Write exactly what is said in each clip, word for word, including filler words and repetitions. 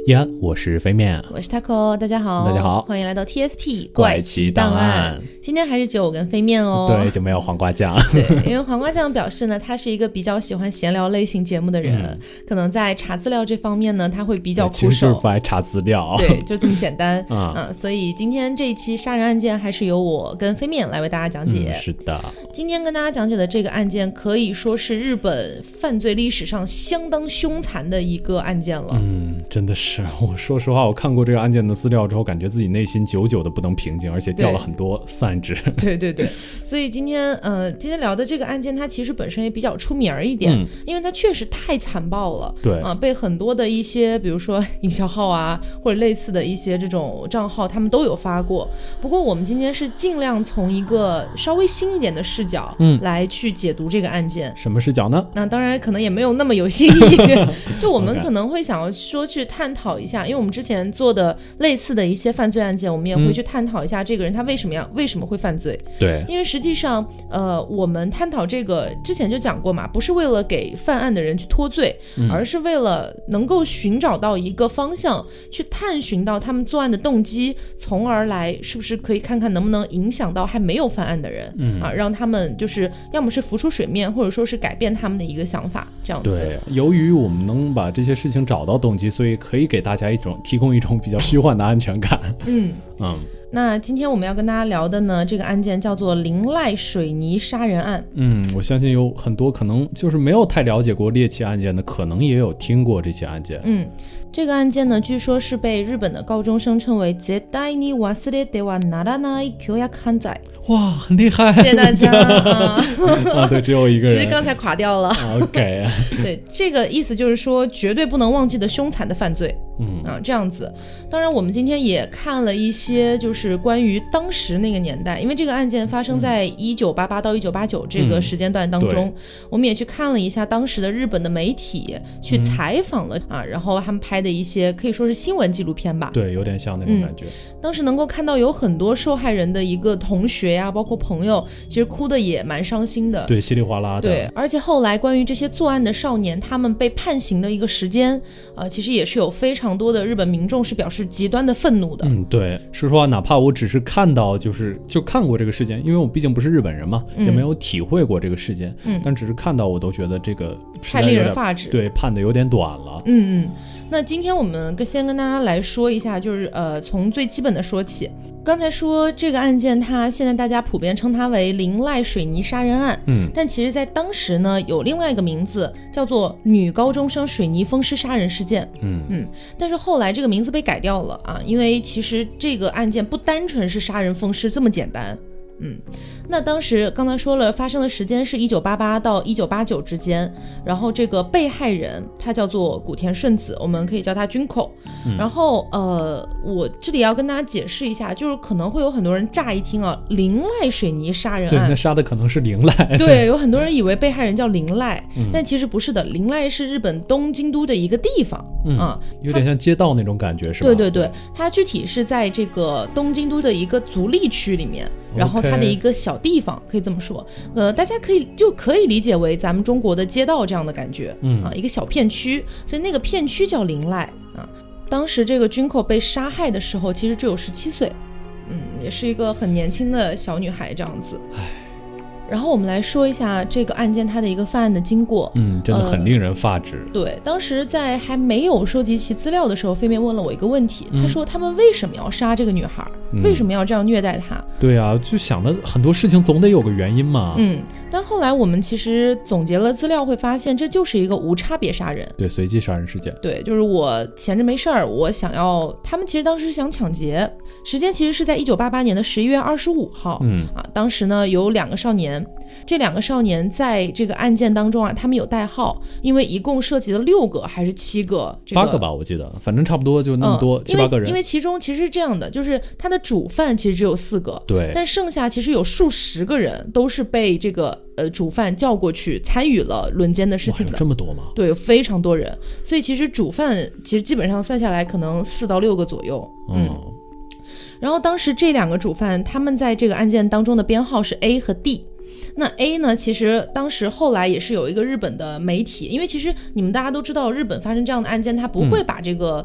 呀，我是飞面， 我是 Taco， 大家好， 大家好， 欢迎来到 T S P 怪奇档案。 今天还是只有我跟飞面哦， 对，就没有黄瓜酱。 对，因为黄瓜酱表示呢，他是一个比较喜欢闲聊类型节目的人，嗯、可能在查资料这方面呢，他会比较苦手。 其实就是不爱查资料， 对，就这么简单啊、 嗯。所以今天这一期杀人案件还是由我跟飞面来为大家讲解。 嗯、是的， 今天跟大家讲解的这个案件可以说是日本犯罪历史上相当凶残的一个案件了。 嗯，真的是，我说实话，我看过这个案件的资料之后，感觉自己内心久久的不能平静，而且掉了很多散值。 对对对，所以今天呃，今天聊的这个案件，它其实本身也比较出名一点，嗯、因为它确实太残暴了。 对啊、呃，被很多的一些，比如说营销号啊，或者类似的一些这种账号，他们都有发过。不过我们今天是尽量从一个稍微新一点的视角，嗯，来去解读这个案件。 什么视角呢？ 那当然可能也没有那么有新意，就我们可能会想要说去探讨一下，因为我们之前做的类似的一些犯罪案件，我们也会去探讨一下这个人他为什么样、嗯、为什么会犯罪。 对， 因为实际上呃，我们探讨这个之前就讲过嘛，不是为了给犯案的人去脱罪、嗯、而是为了能够寻找到一个方向，去探寻到他们作案的动机，从而来是不是可以看看能不能影响到还没有犯案的人、嗯、啊，让他们就是要么是浮出水面，或者说是改变他们的一个想法，这样子。 对，由于我们能把这些事情找到动机，所以可以给大家一种提供一种比较虚幻的安全感。 嗯嗯。 那今天我们要跟大家聊的呢，这个案件叫做林濑水泥杀人案。 嗯，我相信有很多可能就是没有太了解过猎奇案件的，可能也有听过这起案件。 嗯，这个案件呢，据说是被日本的高中生称为絶対に忘れてはならない凶悪犯罪。 哇，很厉害！ 谢谢大家啊！ 啊，对，只有一个人。 其实刚才垮掉了。 OK。 对，这个意思就是说，绝对不能忘记的凶残的犯罪。 嗯啊，这样子。当然，我们今天也看了一些，就是关于当时那个年代，因为这个案件发生在一九八八到一九八九这个时间段当中、嗯，我们也去看了一下当时的日本的媒体去采访了、嗯、啊，然后他们拍的一些可以说是新闻纪录片吧。 对，有点像那种感觉。 嗯、当时能够看到有很多受害人的一个同学呀，包括朋友，其实哭的也蛮伤心的。 对，稀里哗啦的。 对，而且后来关于这些作案的少年，他们被判刑的一个时间，呃，其实也是有非常多的日本民众是表示极端的愤怒的。 嗯，对，说实话，哪怕我只是看到，就是就看过这个事件，因为我毕竟不是日本人嘛，嗯、也没有体会过这个事件，嗯，但只是看到，我都觉得这个太令人发指， 对，判的有点短了。 嗯嗯。那今天我们先跟大家来说一下，就是呃，从最基本的说起。刚才说这个案件，它现在大家普遍称它为林濑水泥杀人案，嗯，但其实在当时呢，有另外一个名字叫做女高中生水泥封尸杀人事件， 嗯嗯，但是后来这个名字被改掉了啊，因为其实这个案件不单纯是杀人封尸这么简单，嗯。那当时刚才说了，发生的时间是一九八八到一九八九之间，然后这个被害人他叫做古田顺子，我们可以叫他军口、嗯、然后呃，我这里要跟大家解释一下，就是可能会有很多人乍一听啊，林濑水泥杀人案， 对，那杀的可能是林濑， 对，有很多人以为被害人叫林濑、 嗯、 但其实不是的，林濑是日本东京都的一个地方、 嗯啊、 有点像街道那种感觉是吧？ 对对对，它具体是在这个东京都的一个足利区里面，然后它的一个小地方，可以这么说，呃，大家可以就可以理解为咱们中国的街道这样的感觉，嗯啊，一个小片区，所以那个片区叫林濑啊。当时这个军口被杀害的时候，其实只有十七岁，嗯，也是一个很年轻的小女孩这样子。然后我们来说一下这个案件它的一个犯案的经过， 嗯，真的很令人发指、 呃、对，当时在还没有收集其资料的时候，飞面问了我一个问题、嗯、他说他们为什么要杀这个女孩、嗯、为什么要这样虐待她？ 对啊，就想着很多事情总得有个原因嘛。 嗯，但后来我们其实总结了资料会发现，这就是一个无差别杀人， 对，随机杀人事件。 对，就是我闲着没事儿，我想要，他们其实当时想抢劫，时间其实是在一九八八年的十一月二十五号， 嗯啊，当时呢有两个少年，这两个少年在这个案件当中啊，他们有代号，因为一共涉及了六个还是七个、这个、 八个吧，我记得，反正差不多就那么多、嗯、七八个人。 因为其中其实是这样的，就是他的主犯其实只有四个， 对， 但剩下其实有数十个人都是被这个呃主犯叫过去参与了轮奸的事情的。 这么多吗？ 对，有非常多人，所以其实主犯其实基本上算下来可能四到六个左右。嗯。嗯，然后当时这两个主犯他们在这个案件当中的编号是 A 和 D。那 A 呢，其实当时后来也是有一个日本的媒体，因为其实你们大家都知道日本发生这样的案件，他不会把这个、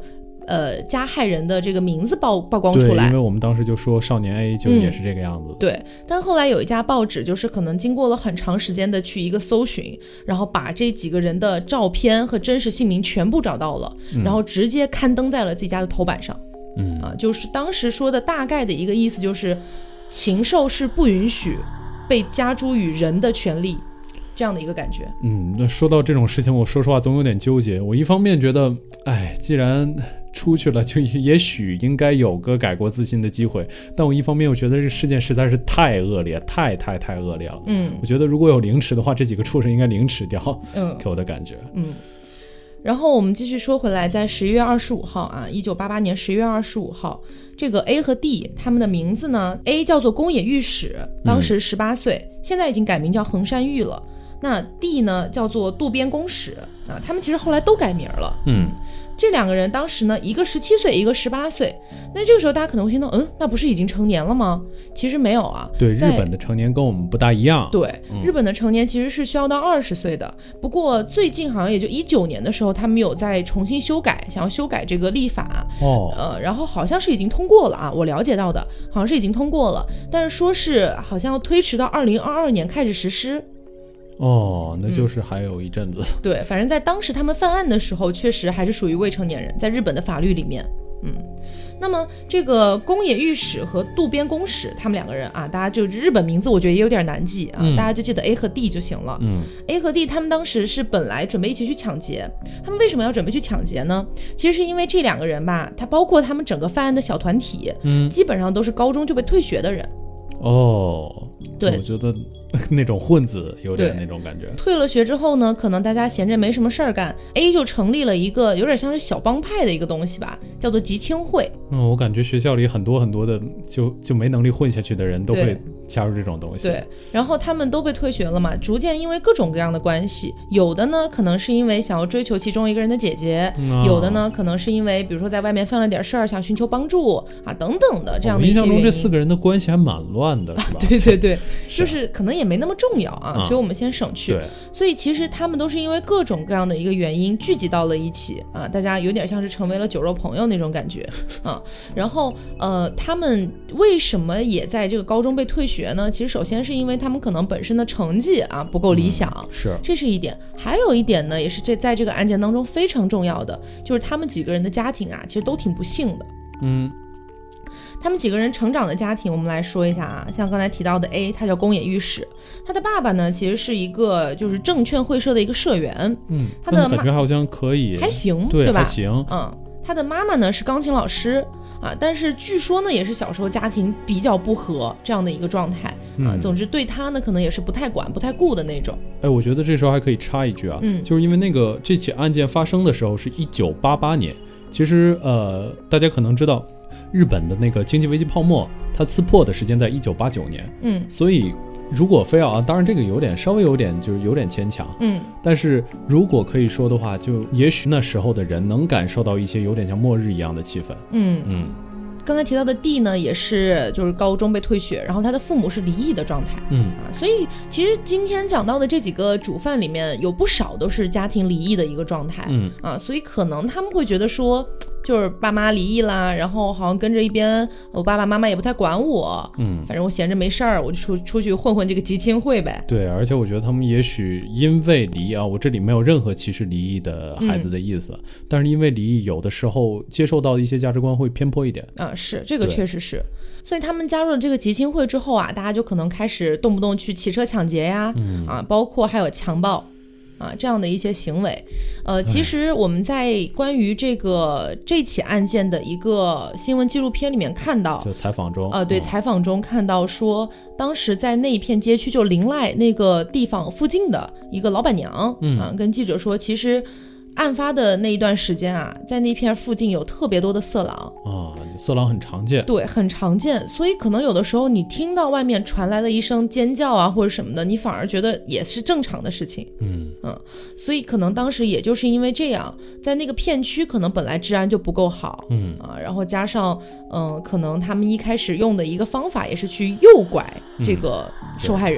呃加害人的这个名字曝曝光出来。 对，因为我们当时就说少年 A 就也是这个样子、 嗯、对，但后来有一家报纸就是可能经过了很长时间的去一个搜寻，然后把这几个人的照片和真实姓名全部找到了、嗯、然后直接刊登在了自己家的头版上。 嗯啊，就是当时说的大概的一个意思就是禽兽是不允许被加诸于人的权利，这样的一个感觉。 嗯，那说到这种事情，我说实话总有点纠结。我一方面觉得，哎，既然出去了，就也许应该有个改过自新的机会。但我一方面又觉得这个事件实在是太恶劣，太太太恶劣了。 嗯， 我觉得如果有凌迟的话，这几个畜生应该凌迟掉。嗯，给我的感觉。 嗯。然后我们继续说回来，在十一月二十五号啊，一九八八年十一月二十五号，这个 A 和 D 他们的名字呢 ，A 叫做宫野御史，当时十八岁、嗯，现在已经改名叫横山裕了。那 D 呢叫做渡边公使啊，他们其实后来都改名了。 嗯， 这两个人当时呢，一个十七岁，一个十八岁。那这个时候大家可能会听到，嗯，那不是已经成年了吗？其实没有啊。 对，日本的成年跟我们不大一样。 对、 嗯， 日本的成年其实是需要到二十岁的。不过最近好像也就一九年的时候，他们有在重新修改，想要修改这个立法。 哦， 呃，然后好像是已经通过了啊，我了解到的，好像是已经通过了，但是说是好像要推迟到二零二二年开始实施。 哦，那就是还有一阵子、嗯、 对，反正在当时他们犯案的时候确实还是属于未成年人，在日本的法律里面。嗯，那么这个宫野御史和渡边公使他们两个人啊，大家就日本名字我觉得也有点难记啊、嗯、大家就记得 A 和 D 就行了。 嗯 A 和 D 他们当时是本来准备一起去抢劫，他们为什么要准备去抢劫呢？其实是因为这两个人吧，他包括他们整个犯案的小团体、嗯、基本上都是高中就被退学的人。 哦， 对， 我觉得那种混子有点那种感觉。 退了学之后呢，可能大家闲着没什么事儿干 ，A 就成立了一个有点像是小帮派的一个东西吧，叫做集青会。 嗯，我感觉学校里很多很多的就就没能力混下去的人都会加入这种东西。 对，然后他们都被退学了嘛，逐渐因为各种各样的关系，有的呢可能是因为想要追求其中一个人的姐姐、嗯、有的呢可能是因为比如说在外面犯了点事儿想寻求帮助啊等等的这样的一些原因。 我印象中这四个人的关系还蛮乱的，是吧？ 对对对，就是可能也没那么重要啊、嗯，所以我们先省去。 对， 所以其实他们都是因为各种各样的一个原因聚集到了一起啊，大家有点像是成为了酒肉朋友那种感觉啊。然后呃，他们为什么也在这个高中被退学呢？其实首先是因为他们可能本身的成绩啊不够理想、 嗯，是， 这是一点。还有一点呢，也是这在这个案件当中非常重要的，就是他们几个人的家庭啊，其实都挺不幸的。 嗯。 他们几个人成长的家庭我们来说一下啊，像刚才提到的 A 他叫宫野御史，他的爸爸呢其实是一个就是证券会社的一个社员。 嗯， 他的感觉好像可以还行， 对, 对吧？ 还行。 嗯，他的妈妈呢是钢琴老师啊，但是据说呢也是小时候家庭比较不和这样的一个状态啊、嗯，总之对他呢可能也是不太管不太顾的那种。 哎，我觉得这时候还可以插一句啊，嗯，就是因为那个这起案件发生的时候是一九八八年，其实呃大家可能知道日本的那个经济危机泡沫它刺破的时间在一九八九年， 嗯， 所以如果非要啊，当然这个有点稍微有点就是有点牵强， 嗯， 但是如果可以说的话，就也许那时候的人能感受到一些有点像末日一样的气氛。 嗯嗯， 刚才提到的 D 呢也是就是高中被退学，然后他的父母是离异的状态。 嗯啊，所以其实今天讲到的这几个主犯里面有不少都是家庭离异的一个状态。 嗯啊，所以可能他们会觉得说就是爸妈离异啦，然后好像跟着一边我爸爸妈妈也不太管我， 嗯， 反正我闲着没事儿，我就出出去混混这个集青会呗。 对，而且我觉得他们也许因为离异啊，我这里没有任何歧视离异的孩子的意思，嗯、但是因为离异，有的时候接受到的一些价值观会偏颇一点啊，是这个确实是。所以他们加入了这个集青会之后啊，大家就可能开始动不动去骑车抢劫呀， 嗯、 啊，包括还有强暴。啊，这样的一些行为，呃，其实我们在关于这个这起案件的一个新闻纪录片里面看到， 就采访中， 呃，对，采访中看到说，当时在那一片街区，就临赖那个地方附近的一个老板娘， 嗯， 啊，跟记者说，其实案发的那一段时间啊，在那片附近有特别多的色狼啊，色狼很常见， 对，很常见，所以可能有的时候你听到外面传来了一声尖叫啊或者什么的，你反而觉得也是正常的事情。 嗯嗯，所以可能当时也就是因为这样，在那个片区可能本来治安就不够好， 嗯啊，然后加上嗯、呃，可能他们一开始用的一个方法也是去诱拐这个受害人。 嗯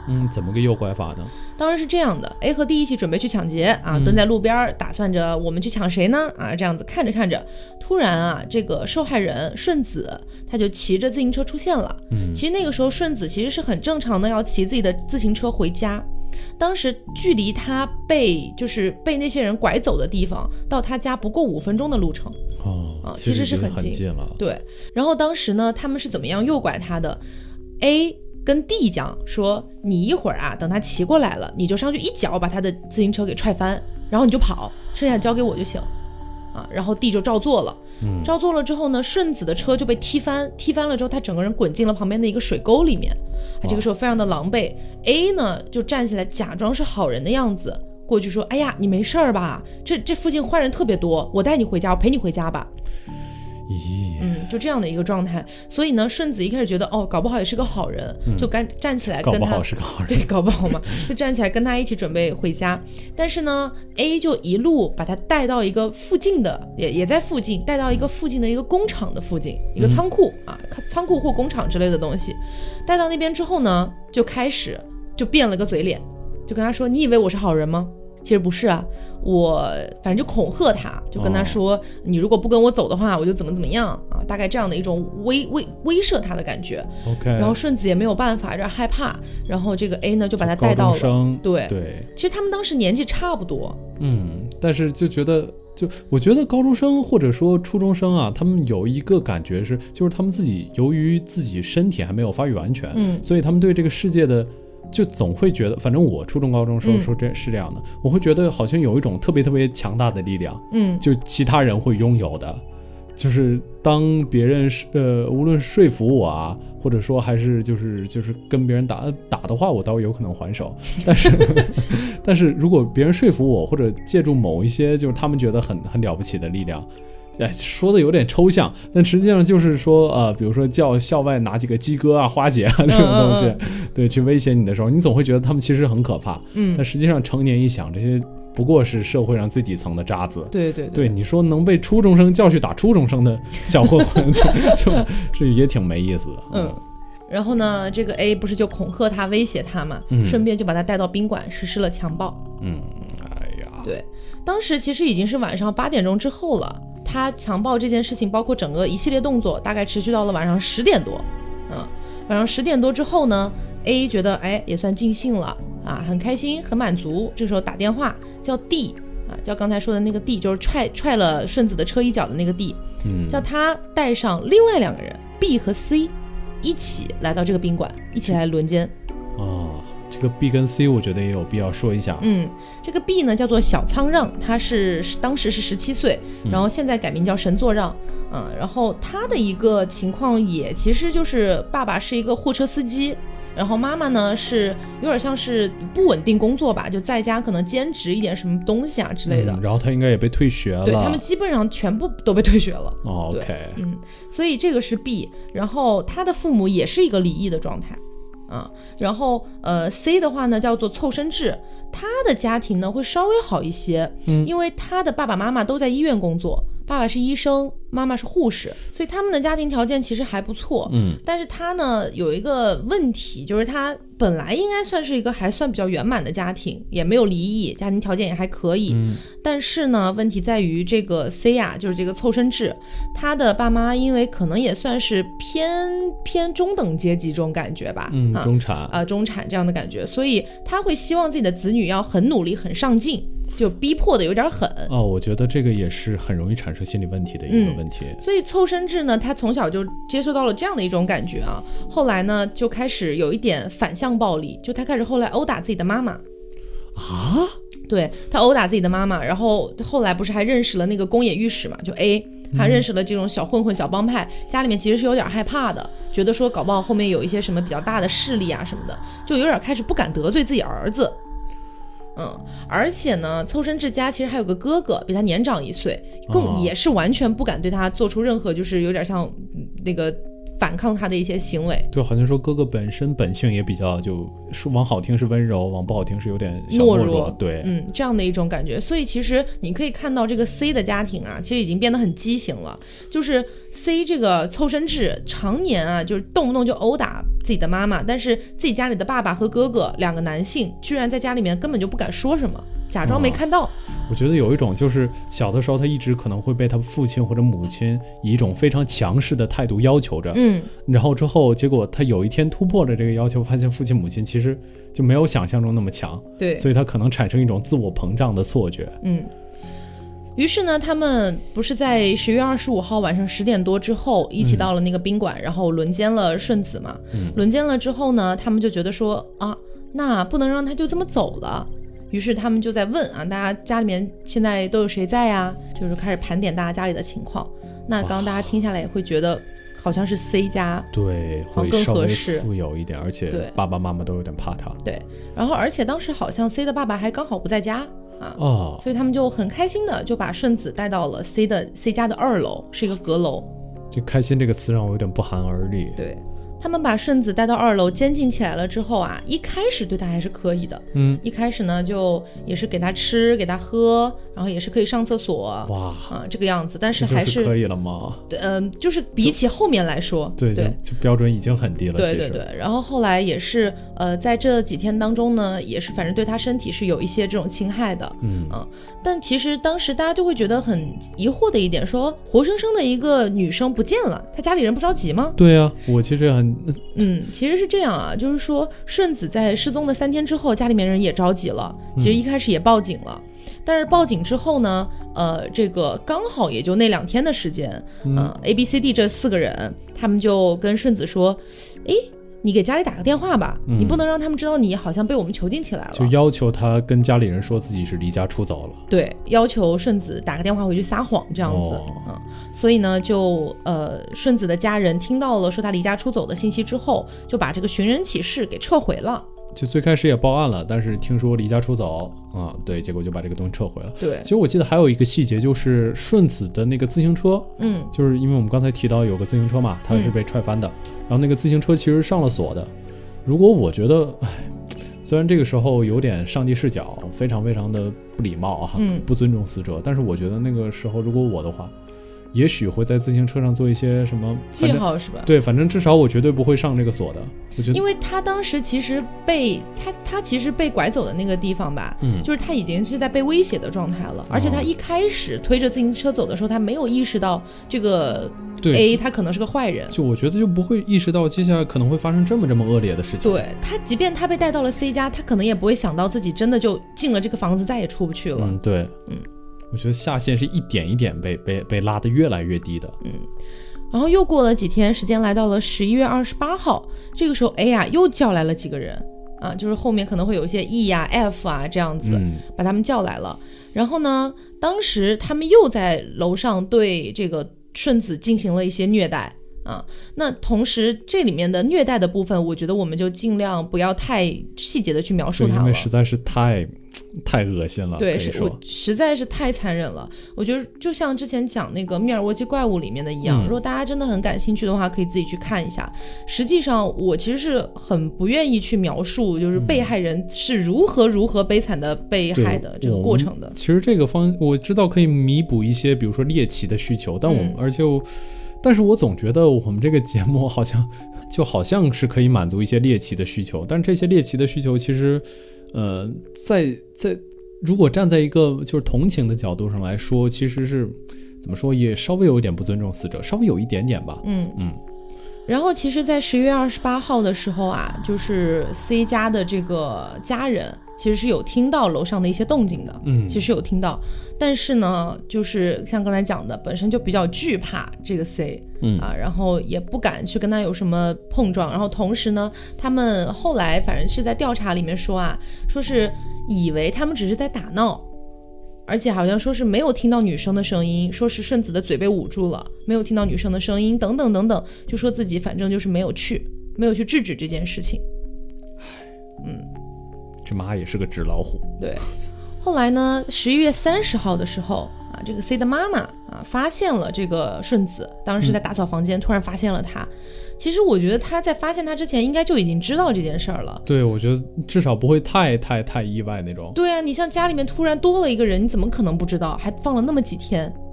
嗯，怎么个诱拐法呢？ 当然是这样的 ，A 和 D 一起准备去抢劫啊，蹲在路边打算着我们去抢谁呢？啊，这样子看着看着，突然啊，这个受害人顺子他就骑着自行车出现了。嗯，其实那个时候顺子其实是很正常的，要骑自己的自行车回家。当时距离他被就是被那些人拐走的地方到他家不过五分钟的路程。 哦， 啊，其实是很近， 很近了。 对，然后当时呢，他们是怎么样诱拐他的 ？A 跟 D 讲说，你一会儿啊，等他骑过来了，你就上去一脚把他的自行车给踹翻，然后你就跑，剩下交给我就行。啊，然后 D 就照做了。嗯，照做了之后呢，顺子的车就被踢翻，踢翻了之后，他整个人滚进了旁边的一个水沟里面。啊，这个时候非常的狼狈。A 呢就站起来，假装是好人的样子，过去说：“哎呀，你没事儿吧？这这附近坏人特别多，我带你回家，我陪你回家吧。” 咦， 嗯，就这样的一个状态。所以呢，顺子一开始觉得哦，搞不好也是个好人，嗯、就干站起来跟他， 搞不好是个好人， 对，搞不好嘛，就站起来跟他一起准备回家。但是呢 ，A 就一路把他带到一个附近的，也也在附近，带到一个附近的一个工厂的附近，一个仓库、嗯、啊，仓库或工厂之类的东西。带到那边之后呢，就开始就变了个嘴脸，就跟他说：“你以为我是好人吗？”其实不是啊，我反正就恐吓他，就跟他说、哦、你如果不跟我走的话，我就怎么怎么样啊，大概这样的一种威威威慑他的感觉。 OK， 然后顺子也没有办法，有点害怕，然后这个 A 呢就把他带到了，对对， 其实他们当时年纪差不多， 嗯，但是就觉得。就我觉得高中生或者说初中生啊，他们有一个感觉是，就是他们自己由于自己身体还没有发育完全，嗯，所以他们对这个世界的就总会觉得，反正我初中高中时候说这是这样的、嗯，我会觉得好像有一种特别特别强大的力量，嗯，就其他人会拥有的，就是当别人呃无论说服我啊，或者说还是就是就是跟别人打打的话，我倒有可能还手，但是但是如果别人说服我，或者借助某一些就是他们觉得很很了不起的力量。哎，说的有点抽象，但实际上就是说，呃，比如说叫校外拿几个鸡哥啊、花姐啊这种东西，嗯嗯嗯对，去威胁你的时候，你总会觉得他们其实很可怕。嗯，但实际上成年一想，这些不过是社会上最底层的渣子。 对对对, 对，你说能被初中生叫去打初中生的小混混，这也挺没意思的。 嗯。嗯然后呢，这个 A 不是就恐吓他、威胁他嘛，嗯、顺便就把他带到宾馆实施了强暴。 嗯，哎呀， 对，当时其实已经是晚上八点钟之后了。他强暴这件事情，包括整个一系列动作，大概持续到了晚上十点多。嗯，晚上十点多之后呢 ，A 觉得哎也算尽兴了啊，很开心，很满足。这时候打电话叫 D 啊，叫刚才说的那个 D， 就是踹踹了顺子的车一脚的那个 D， 嗯，叫他带上另外两个人 B 和 C。一起来到这个宾馆，一起来轮奸。 哦，这个 B 跟 C 我觉得也有必要说一下。 嗯，这个 B 呢叫做小仓让，他是当时是十七岁，然后现在改名叫神作让。嗯，然后他的一个情况也其实就是爸爸是一个货车司机，然后妈妈呢是有点像是不稳定工作吧，就在家可能兼职一点什么东西啊之类的。 嗯、然后他应该也被退学了。 对，他们基本上全部都被退学了。 哦、OK， 嗯，所以这个是 B， 然后他的父母也是一个离异的状态。啊，然后呃 C 的话呢叫做凑身制，他的家庭呢会稍微好一些，嗯，因为他的爸爸妈妈都在医院工作，爸爸是医生，妈妈是护士，所以他们的家庭条件其实还不错，嗯，但是他呢有一个问题，就是他本来应该算是一个还算比较圆满的家庭，也没有离异，家庭条件也还可以，嗯，但是呢问题在于这个 C 啊，就是这个凑身制，他的爸妈因为可能也算是偏偏中等阶级这种感觉吧， 嗯，中产啊、呃、中产这样的感觉，所以他会希望自己的子女要很努力很上进，就逼迫的有点狠哦，我觉得这个也是很容易产生心理问题的一个问题、 嗯、所以凑身制呢他从小就接受到了这样的一种感觉啊，后来呢就开始有一点反向暴力，就他开始后来殴打自己的妈妈啊， 对，他殴打自己的妈妈，然后后来不是还认识了那个宫野御史嘛，就 A， 他认识了这种小混混小帮派、嗯、家里面其实是有点害怕的，觉得说搞不好后面有一些什么比较大的势力啊什么的，就有点开始不敢得罪自己儿子。嗯，而且呢凑身制家其实还有个哥哥比他年长一岁，更也是完全不敢对他做出任何就是有点像那个反抗他的一些行为。 对，好像说哥哥本身本性也比较，就往好听是温柔，往不好听是有点小懦弱，对， 嗯，这样的一种感觉。所以其实你可以看到这个 C 的家庭啊，其实已经变得很畸形了。就是 C 这个凑身制常年啊，就是动不动就殴打自己的妈妈，但是自己家里的爸爸和哥哥两个男性居然在家里面根本就不敢说什么，假装没看到、哦、 我觉得有一种就是小的时候他一直可能会被他父亲或者母亲以一种非常强势的态度要求着， 嗯， 然后之后结果他有一天突破了这个要求，发现父亲母亲其实就没有想象中那么强， 对， 所以他可能产生一种自我膨胀的错觉。 嗯，于是呢他们不是在十月二十五号晚上十点多之后一起到了那个宾馆、嗯、然后轮奸了顺子嘛、嗯、轮奸了之后呢他们就觉得说啊，那不能让他就这么走了，于是他们就在问啊，大家家里面现在都有谁在呀？就是开始盘点大家家里的情况。那刚刚大家听下来也会觉得好像是 C 家， 对，会稍微富有一点，而且爸爸妈妈都有点怕他。 对，然后而且当时好像 C 的爸爸还刚好不在家啊、 哦， 所以他们就很开心的就把顺子带到了 C 的 C 家的二楼，是一个阁楼。 这开心这个词让我有点不寒而栗。 对。他们把顺子带到二楼监禁起来了之后啊，一开始对他还是可以的， 嗯， 一开始呢就也是给他吃给他喝，然后也是可以上厕所， 哇啊这个样子，但是还是可以了吗？ 嗯、呃，就是比起后面来说， 对对，就标准已经很低了。 对对对，然后后来也是呃在这几天当中呢，也是反正对他身体是有一些这种侵害的， 嗯啊，但其实当时大家就会觉得很疑惑的一点，说活生生的一个女生不见了，他家里人不着急吗？ 对啊，我其实很。 嗯，其实是这样啊，就是说顺子在失踪的三天之后，家里面人也着急了，其实一开始也报警了、嗯、但是报警之后呢呃，这个刚好也就那两天的时间，嗯、呃、A B C D 这四个人他们就跟顺子说，诶你给家里打个电话吧、嗯、你不能让他们知道你好像被我们囚禁起来了， 就要求他跟家里人说自己是离家出走了， 对，要求顺子打个电话回去撒谎这样子、哦嗯、所以呢就呃顺子的家人听到了说他离家出走的信息之后，就把这个寻人启事给撤回了， 就最开始也报案了，但是听说离家出走啊、嗯，对，结果就把这个东西撤回了。 对， 其实我记得还有一个细节，就是顺子的那个自行车， 嗯， 就是因为我们刚才提到有个自行车嘛，它是被踹翻的、嗯、然后那个自行车其实上了锁的。如果我觉得，唉，虽然这个时候有点上帝视角，非常非常的不礼貌啊， 嗯， 不尊重死者，但是我觉得那个时候如果我的话，也许会在自行车上做一些什么记号是吧？ 对，反正至少我绝对不会上这个锁的。我觉得， 因为他当时其实被他他其实被拐走的那个地方吧， 嗯， 就是他已经是在被威胁的状态了，而且他一开始推着自行车走的时候，他没有意识到这个 A 他可能是个坏人， 就我觉得就不会意识到接下来可能会发生这么这么恶劣的事情。 对，他即便他被带到了 C 家，他可能也不会想到自己真的就进了这个房子再也出不去了。 嗯，对， 嗯。 我觉得下限是一点一点被被被拉得越来越低的。 嗯，然后又过了几天，时间来到了十一月二十八号，这个时候 A 呀又叫来了几个人啊，就是后面可能会有一些 E 呀、F 啊这样子、嗯、把他们叫来了。然后呢，当时他们又在楼上对这个顺子进行了一些虐待啊。那同时这里面的虐待的部分，我觉得我们就尽量不要太细节的去描述它了， 因为实在是太太恶心了， 对，是我实在是太残忍了。我觉得就像之前讲那个密尔沃基怪物里面的一样、嗯、如果大家真的很感兴趣的话，可以自己去看一下。实际上我其实是很不愿意去描述就是被害人是如何如何悲惨的被害的这个过程的。 其实这个方我知道可以弥补一些比如说猎奇的需求，但我、嗯、而且我但是我总觉得我们这个节目好像就好像是可以满足一些猎奇的需求，但这些猎奇的需求其实呃，在在如果站在一个就是同情的角度上来说，其实是怎么说，也稍微有一点不尊重死者，稍微有一点点吧。 嗯嗯。 然后其实在十月二十八号的时候啊，就是 C 家的这个家人其实是有听到楼上的一些动静的， 嗯， 其实有听到，但是呢就是像刚才讲的，本身就比较惧怕这个 C， 嗯啊，然后也不敢去跟他有什么碰撞。然后同时呢，他们后来反正是在调查里面说啊，说是以为他们只是在打闹，而且好像说是没有听到女生的声音，说是顺子的嘴被捂住了，没有听到女生的声音等等等等，就说自己反正就是没有去没有去制止这件事情。嗯， 这妈也是个纸老虎。 对，后来呢十一月三十号的时候啊，这个 C 的妈妈啊发现了这个顺子，当时是在打扫房间、嗯、突然发现了他。其实我觉得他在发现他之前应该就已经知道这件事儿了。 对，我觉得至少不会太太太意外那种。 对啊，你像家里面突然多了一个人，你怎么可能不知道？还放了那么几天。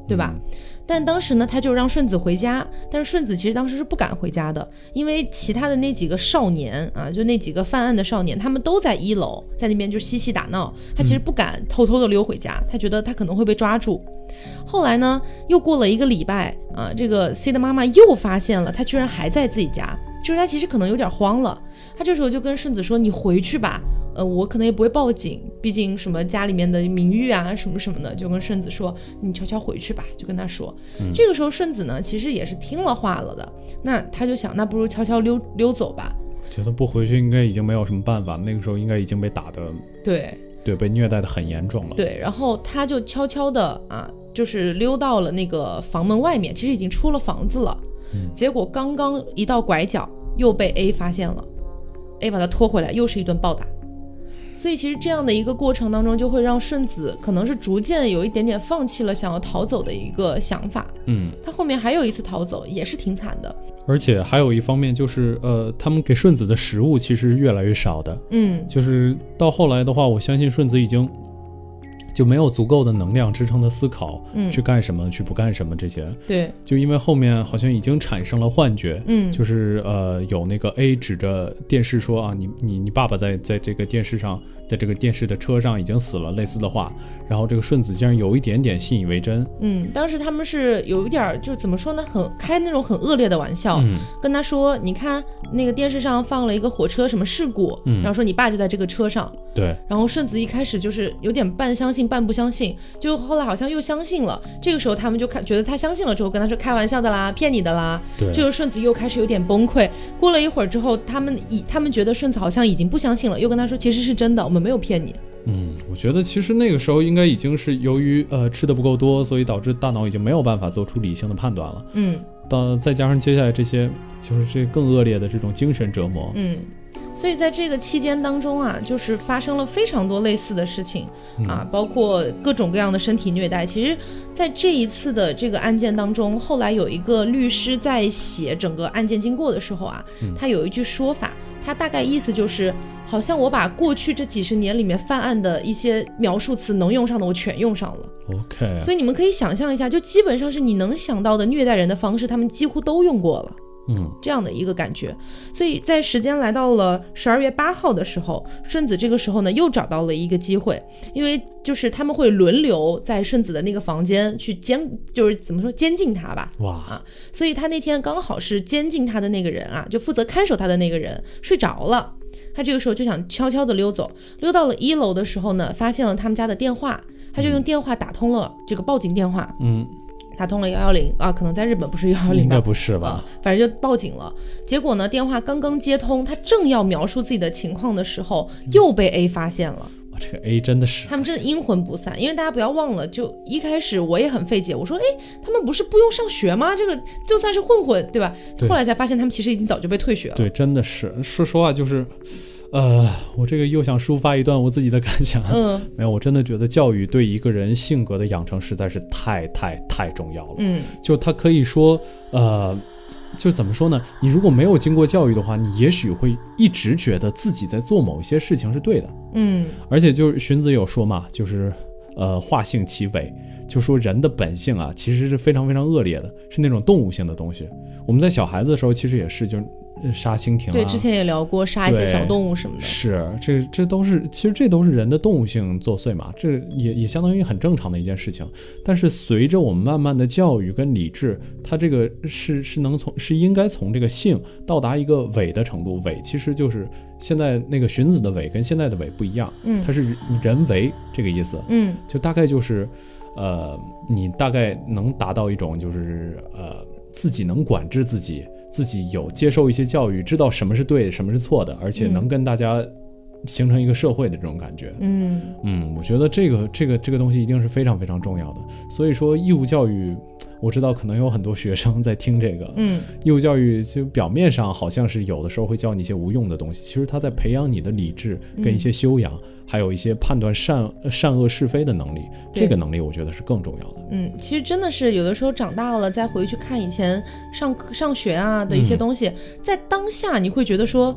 对吧？嗯，但当时呢，他就让顺子回家，但是顺子其实当时是不敢回家的，因为其他的那几个少年啊，就那几个犯案的少年，他们都在一楼，在那边就嬉戏打闹，他其实不敢偷偷的溜回家，他觉得他可能会被抓住。后来呢，又过了一个礼拜啊，这个 C 的妈妈又发现了他居然还在自己家，就是他其实可能有点慌了，他这时候就跟顺子说：“你回去吧。”呃，我可能也不会报警，毕竟什么家里面的名誉啊，什么什么的，就跟顺子说，你悄悄回去吧，就跟他说。嗯、这个时候顺子呢，其实也是听了话了的，那他就想，那不如悄悄溜溜走吧。 我觉得不回去应该已经没有什么办法，那个时候应该已经被打的， 对对，被虐待的很严重了。 对，然后他就悄悄的啊，就是溜到了那个房门外面，其实已经出了房子了。嗯、结果刚刚一到拐角，又被 A 发现了 ，A 把他拖回来，又是一顿暴打。所以其实这样的一个过程当中，就会让顺子可能是逐渐有一点点放弃了想要逃走的一个想法。嗯，他后面还有一次逃走，也是挺惨的。 而且还有一方面就是，呃，他们给顺子的食物其实是越来越少的。嗯，就是到后来的话，我相信顺子已经就没有足够的能量支撑他思考，嗯，去干什么，去不干什么这些。 对， 就因为后面好像已经产生了幻觉，嗯，就是呃有那个 A 指着电视说啊，你你你爸爸在在这个电视上，在这个电视的车上已经死了，类似的话，然后这个顺子竟然有一点点信以为真。 嗯，当时他们是有一点就是怎么说呢，很开那种很恶劣的玩笑，嗯，跟他说，你看那个电视上放了一个火车什么事故，嗯，然后说你爸就在这个车上。 对， 然后顺子一开始就是有点半相信半不相信，就后来好像又相信了。这个时候他们就看觉得他相信了之后，跟他说开玩笑的啦，骗你的啦。 对， 这个顺子又开始有点崩溃。过了一会儿之后，他们以他们觉得顺子好像已经不相信了，又跟他说其实是真的，我们没有骗你。 嗯，我觉得其实那个时候应该已经是由于呃吃的不够多，所以导致大脑已经没有办法做出理性的判断了。嗯，到再加上接下来这些就是这更恶劣的这种精神折磨。 嗯。所以在这个期间当中啊，就是发生了非常多类似的事情啊，包括各种各样的身体虐待。其实在这一次的这个案件当中，后来有一个律师在写整个案件经过的时候啊，他有一句说法，他大概意思就是好像我把过去这几十年里面犯案的一些描述词能用上的我全用上了。 OK， 所以你们可以想象一下，就基本上是你能想到的虐待人的方式，他们几乎都用过了。嗯，这样的一个感觉。所以在时间来到了十二月八号的时候，顺子这个时候呢又找到了一个机会，因为就是他们会轮流在顺子的那个房间去监，就是怎么说监禁他吧。 哇啊！所以他那天刚好是监禁他的那个人啊，就负责看守他的那个人睡着了，他这个时候就想悄悄的溜走，溜到了一楼的时候呢，发现了他们家的电话，他就用电话打通了这个报警电话。嗯。打通了一一零啊，可能在日本不是一一零， 应该不是吧、 啊？反正就报警了。结果呢，电话刚刚接通，他正要描述自己的情况的时候，又被 A 发现了。 哇，这个 A 真的是， 他们真的阴魂不散。因为大家不要忘了，就一开始我也很费解，我说，哎，他们不是不用上学吗？这个就算是混混，对吧？对，后来才发现他们其实已经早就被退学了。 对，真的是，说实话就是。呃，我这个又想抒发一段我自己的感想。嗯，没有，我真的觉得教育对一个人性格的养成实在是太太太重要了。嗯，就他可以说，呃，就怎么说呢？你如果没有经过教育的话，你也许会一直觉得自己在做某一些事情是对的。嗯，而且就是荀子有说嘛，就是呃，化性其伪，就说人的本性啊，其实是非常非常恶劣的，是那种动物性的东西。我们在小孩子的时候，其实也是就是。杀蜻蜓啊， 对，之前也聊过杀一些小动物什么的， 是这这都是其实这都是人的动物性作祟嘛，这也也相当于很正常的一件事情。但是随着我们慢慢的教育跟理智，它这个是是能从是应该从这个性到达一个伪的程度。伪其实就是现在那个荀子的伪跟现在的伪不一样，嗯，它是人为这个意思，嗯，就大概就是呃，你大概能达到一种就是呃自己能管制自己。自己有接受一些教育，知道什么是对的，什么是错的，而且能跟大家形成一个社会的这种感觉。嗯嗯，我觉得这个这个这个东西一定是非常非常重要的。所以说义务教育，我知道可能有很多学生在听这个。嗯，义务教育就表面上好像是有的时候会教你一些无用的东西，其实它在培养你的理智跟一些修养。嗯，还有一些判断善善恶是非的能力，这个能力我觉得是更重要的。 嗯，其实真的是有的时候长大了再回去看以前上上学啊的一些东西，嗯，在当下你会觉得说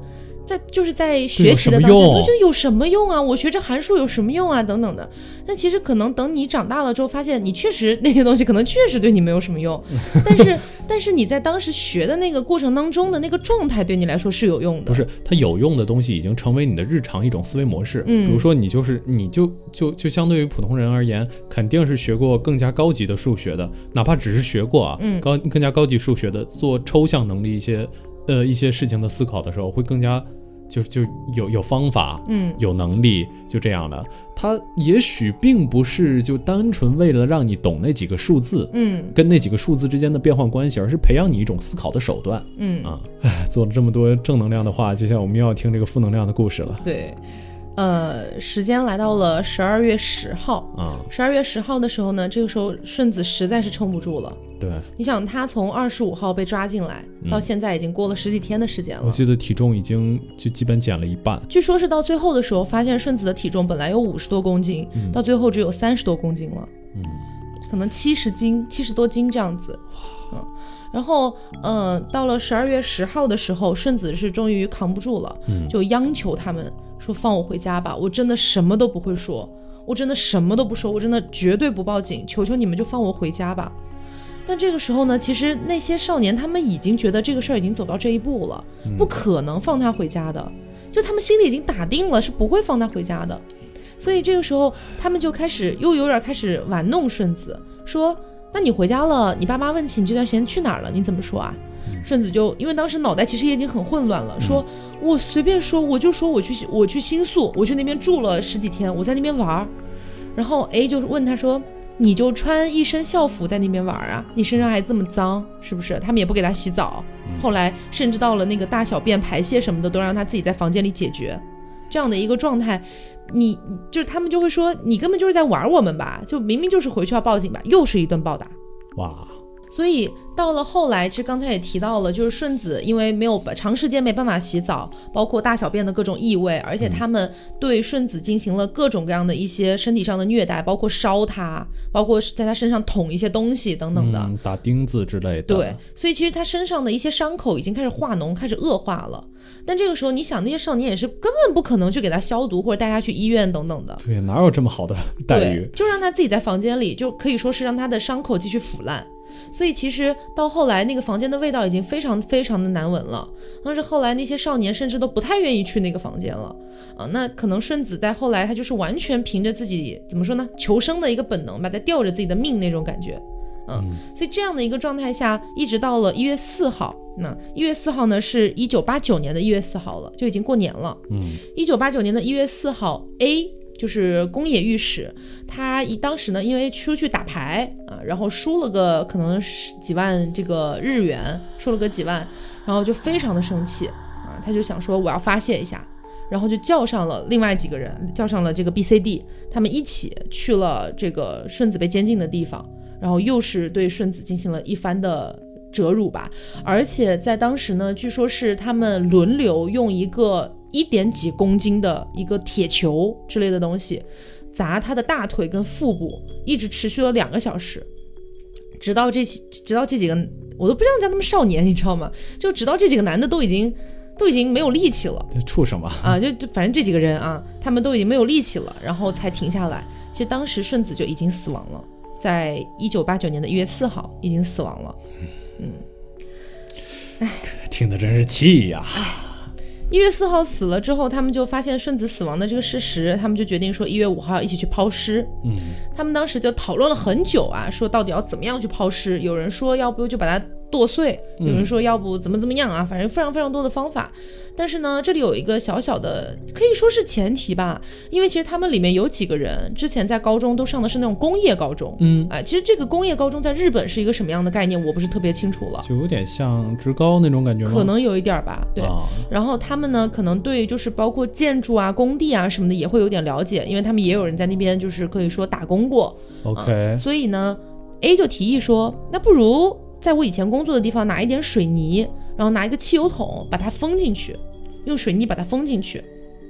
在就是在学习的当下，我觉得有什么用啊？我学这函数有什么用啊？等等的。但其实可能等你长大了之后，发现你确实那些东西可能确实对你没有什么用，但是但是你在当时学的那个过程当中的那个状态对你来说是有用的。 不是，它有用的东西已经成为你的日常一种思维模式。嗯，比如说你就是你就就就相对于普通人而言，肯定是学过更加高级的数学的，哪怕只是学过啊，嗯，高更加高级数学的，做抽象能力一些呃一些事情的思考的时候，会更加。就就有有方法，嗯，有能力，就这样的。它也许并不是就单纯为了让你懂那几个数字，嗯，跟那几个数字之间的变换关系，而是培养你一种思考的手段，嗯啊。唉，做了这么多正能量的话，接下来我们又要听这个负能量的故事了。 对。呃，时间来到了十二月十号啊，十二月十号的时候呢，这个时候顺子实在是撑不住了。 对， 你想他从二十五号被抓进来，嗯，到现在已经过了十几天的时间了。 我记得体重已经就基本减了一半。 据说是到最后的时候，发现顺子的体重本来有五十多公斤，嗯，到最后只有三十多公斤了，嗯，可能七十斤、七十多斤这样子。嗯，然后，呃，到了十二月十号的时候，顺子是终于扛不住了，嗯，就央求他们说放我回家吧，我真的什么都不会说，我真的什么都不说，我真的绝对不报警，求求你们就放我回家吧。但这个时候呢，其实那些少年他们已经觉得这个事儿已经走到这一步了，嗯，不可能放他回家的，就他们心里已经打定了是不会放他回家的。所以这个时候他们就开始又有点开始玩弄顺子，说那你回家了，你爸妈问起你这段时间去哪儿了，你怎么说啊？嗯，顺子就因为当时脑袋其实也已经很混乱了，嗯，说我随便说，我就说我去我去新宿，我去那边住了十几天，我在那边玩。然后 A 就问他说，你就穿一身校服在那边玩啊，你身上还这么脏，是不是？他们也不给他洗澡，嗯，后来甚至到了那个大小便排泄什么的都让他自己在房间里解决，这样的一个状态，你就是他们就会说你根本就是在玩我们吧，就明明就是回去要报警吧，又是一顿暴打。 哇！ 所以到了后来，其实刚才也提到了，就是顺子因为没有长时间没办法洗澡，包括大小便的各种异味，而且他们对顺子进行了各种各样的一些身体上的虐待，包括烧他，包括在他身上捅一些东西等等的， 嗯，打钉子之类的。 对，所以其实他身上的一些伤口已经开始化脓，开始恶化了。但这个时候你想，那些少年也是根本不可能去给他消毒或者带他去医院等等的。 对，哪有这么好的待遇？ 就让他自己在房间里，就可以说是让他的伤口继续腐烂。所以其实到后来那个房间的味道已经非常非常的难闻了，但是后来那些少年甚至都不太愿意去那个房间了啊。那可能顺子在后来他就是完全凭着自己怎么说呢，求生的一个本能吧，在吊着自己的命那种感觉。嗯，所以这样的一个状态下，一直到了一月四号，那一月四号呢是一九八九年的一月四号了，就已经过年了。嗯，一九八九年的一月四号 ，A 就是宫野御史，他一当时呢因为出去打牌啊，然后输了个可能几万这个日元，输了个几万，然后就非常的生气啊，他就想说我要发泄一下。然后就叫上了另外几个人，叫上了这个 B C D， 他们一起去了这个顺子被监禁的地方，然后又是对顺子进行了一番的折辱吧。而且在当时呢，据说是他们轮流用一个一点几公斤的一个铁球之类的东西砸他的大腿跟腹部，一直持续了两个小时，直到这直到这几个我都不知道叫他们少年，你知道吗？就直到这几个男的都已经都已经没有力气了， 这畜生吧啊，就就反正这几个人啊，他们都已经没有力气了，然后才停下来。其实当时顺子就已经死亡了，在一九八九年的一月四号已经死亡了。嗯，哎， 听得真是气呀！ 一月四号死了之后，他们就发现顺子死亡的这个事实，他们就决定说一月五号要一起去抛尸。嗯，他们当时就讨论了很久啊，说到底要怎么样去抛尸。有人说要不就把它剁碎，有人说要不怎么怎么样啊，反正非常非常多的方法。但是呢，这里有一个小小的可以说是前提吧，因为其实他们里面有几个人之前在高中都上的是那种工业高中。嗯，哎，其实这个工业高中在日本是一个什么样的概念，我不是特别清楚了， 就有点像职高那种感觉吗？ 可能有一点吧，对。啊、然后他们呢，可能对就是包括建筑啊、工地啊什么的也会有点了解，因为他们也有人在那边就是可以说打工过。 OK，、 啊、所以呢 ，A 就提议说，那不如在我以前工作的地方拿一点水泥，然后拿一个汽油桶把它封进去，用水泥把它封进去，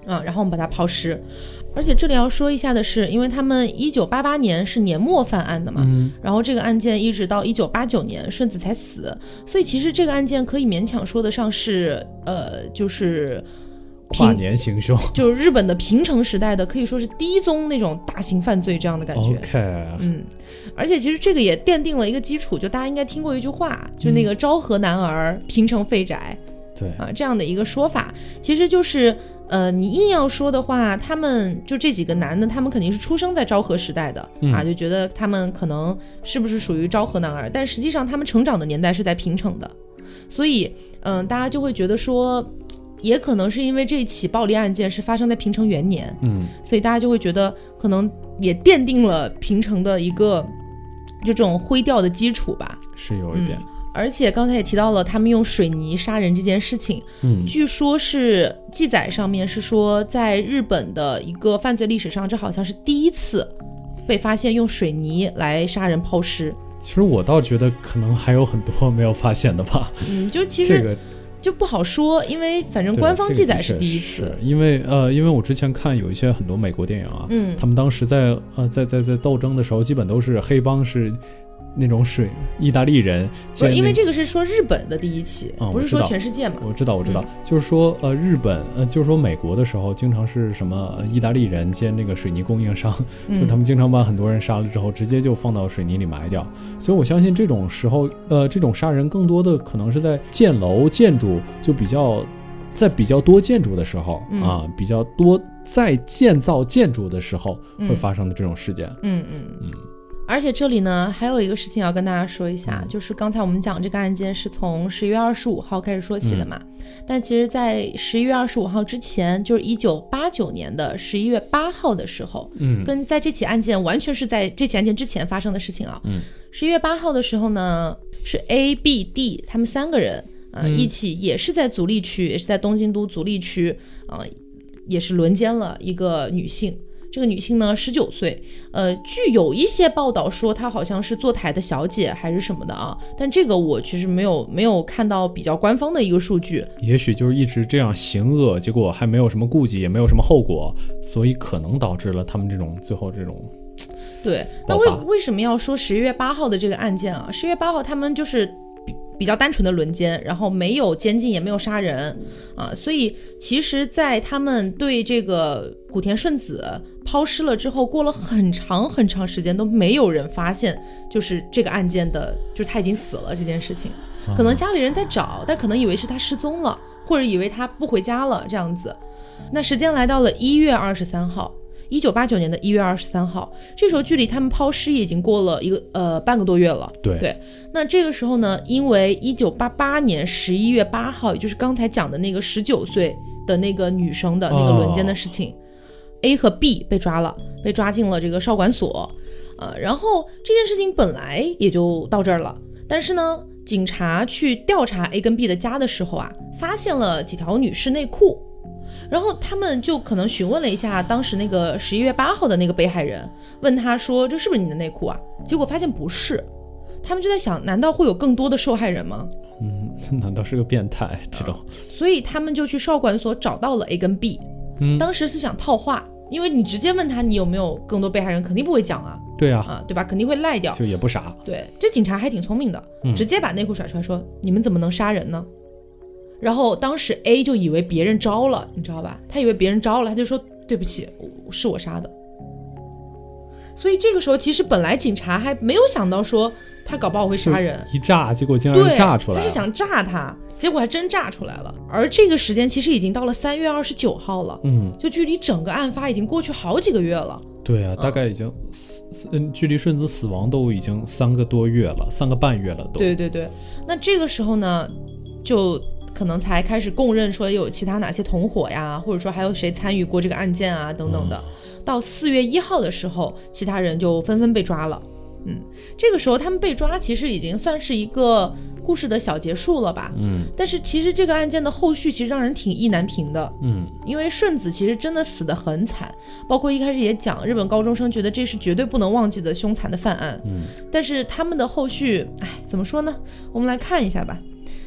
啊，然后我们把它抛尸。而且这里要说一下的是，因为他们一九八八年是年末犯案的嘛， 嗯， 然后这个案件一直到一九八九年顺子才死，所以其实这个案件可以勉强说得上是呃，就是跨年行凶， 就是日本的平成时代的可以说是第一宗那种大型犯罪这样的感觉。 OK， 嗯，而且其实这个也奠定了一个基础，就大家应该听过一句话，就那个昭和男儿平成废宅， 对啊，这样的一个说法，其实就是呃，你硬要说的话，他们就这几个男的，他们肯定是出生在昭和时代的、嗯、啊，就觉得他们可能是不是属于昭和男儿，但实际上他们成长的年代是在平成的，所以嗯、呃，大家就会觉得说，也可能是因为这起暴力案件是发生在平成元年， 嗯， 所以大家就会觉得可能也奠定了平成的一个就这种灰调的基础吧， 是有一点。嗯， 而且刚才也提到了他们用水泥杀人这件事情， 嗯， 据说是记载上面是说在日本的一个犯罪历史上，这好像是第一次被发现用水泥来杀人抛尸。 其实我倒觉得可能还有很多没有发现的吧。 嗯，就其实、 这个就不好说，因为反正官方记载是第一次。 这个、因为呃，因为我之前看有一些很多美国电影啊，嗯，他们当时在呃在在在斗争的时候，基本都是黑帮是那种水意大利人， 不是因为这个是说日本的第一起、 嗯、 不是说全世界嘛。 我知道我知道、嗯、就是说呃日本呃就是说美国的时候经常是什么、呃、意大利人兼那个水泥供应商，所以他们经常把很多人杀了之后直接就放到水泥里埋掉，所以我相信这种时候呃这种杀人更多的可能是在建楼建筑就比较在比较多建筑的时候、嗯、啊比较多在建造建筑的时候会发生的这种事件。 嗯嗯嗯。而且这里呢还有一个事情要跟大家说一下、嗯、就是刚才我们讲这个案件是从十一月二十五号开始说起的嘛、嗯、但其实在十一月二十五号之前，就是一九八九年的十一月八号的时候，嗯，跟在这起案件完全是在这起案件之前发生的事情啊。嗯，十一月八号的时候呢是 A B D 他们三个人呃、嗯、一起也是在足利区，也是在东京都足利区呃也是轮奸了一个女性。这个女性呢十九岁，呃，据有一些报道说她好像是坐台的小姐还是什么的啊，但这个我其实没有没有看到比较官方的一个数据。 也许就是一直这样行恶，结果还没有什么顾忌，也没有什么后果，所以可能导致了他们这种最后这种。 对，那为为什么要说十一月八号的这个案件啊？十一月八号他们就是比较单纯的轮奸，然后没有监禁也没有杀人啊，所以其实在他们对这个古田顺子抛尸了之后，过了很长很长时间都没有人发现就是这个案件的就是他已经死了这件事情，可能家里人在找，但可能以为是他失踪了，或者以为他不回家了这样子。那时间来到了一月二十三号，一九八九年的一月二十三号，这时候距离他们抛尸已经过了一个呃半个多月了。 对对，那这个时候呢，因为一九八八年十一月八号，也就是刚才讲的那个十九岁的那个女生的那个轮奸的事情、哦、A 和 B 被抓了，被抓进了这个少管所。呃，然后这件事情本来也就到这儿了，但是呢，警察去调查 A 跟 B 的家的时候啊，发现了几条女士内裤。然后他们就可能询问了一下当时那个十一月八号的那个被害人，问他说这是不是你的内裤啊？结果发现不是。他们就在想，难道会有更多的受害人吗？ 嗯，难道是个变态这种、嗯、 所以他们就去少管所找到了 A 跟 B、嗯、当时是想套话，因为你直接问他你有没有更多被害人肯定不会讲啊。 对啊， 啊对吧，肯定会赖掉， 就也不傻。 对，这警察还挺聪明的、嗯、直接把内裤甩出来说你们怎么能杀人呢？然后当时 A 就以为别人招了，你知道吧，他以为别人招了，他就说对不起，是我杀的。所以这个时候其实本来警察还没有想到说他搞不好会杀人， 一炸结果竟然炸出来了。 他是想炸他，结果还真炸出来了。而这个时间其实已经到了三月二十九号了，嗯，就距离整个案发已经过去好几个月了。 对啊，大概已经、嗯、距离顺子死亡都已经三个多月了，三个半月了都。 对对对，那这个时候呢就可能才开始供认说有其他哪些同伙呀，或者说还有谁参与过这个案件啊等等的、嗯、到四月一号的时候其他人就纷纷被抓了。嗯，这个时候他们被抓其实已经算是一个故事的小结束了吧。嗯，但是其实这个案件的后续其实让人挺意难平的。嗯，因为顺子其实真的死得很惨，包括一开始也讲日本高中生觉得这是绝对不能忘记的凶残的犯案。嗯，但是他们的后续哎怎么说呢，我们来看一下吧。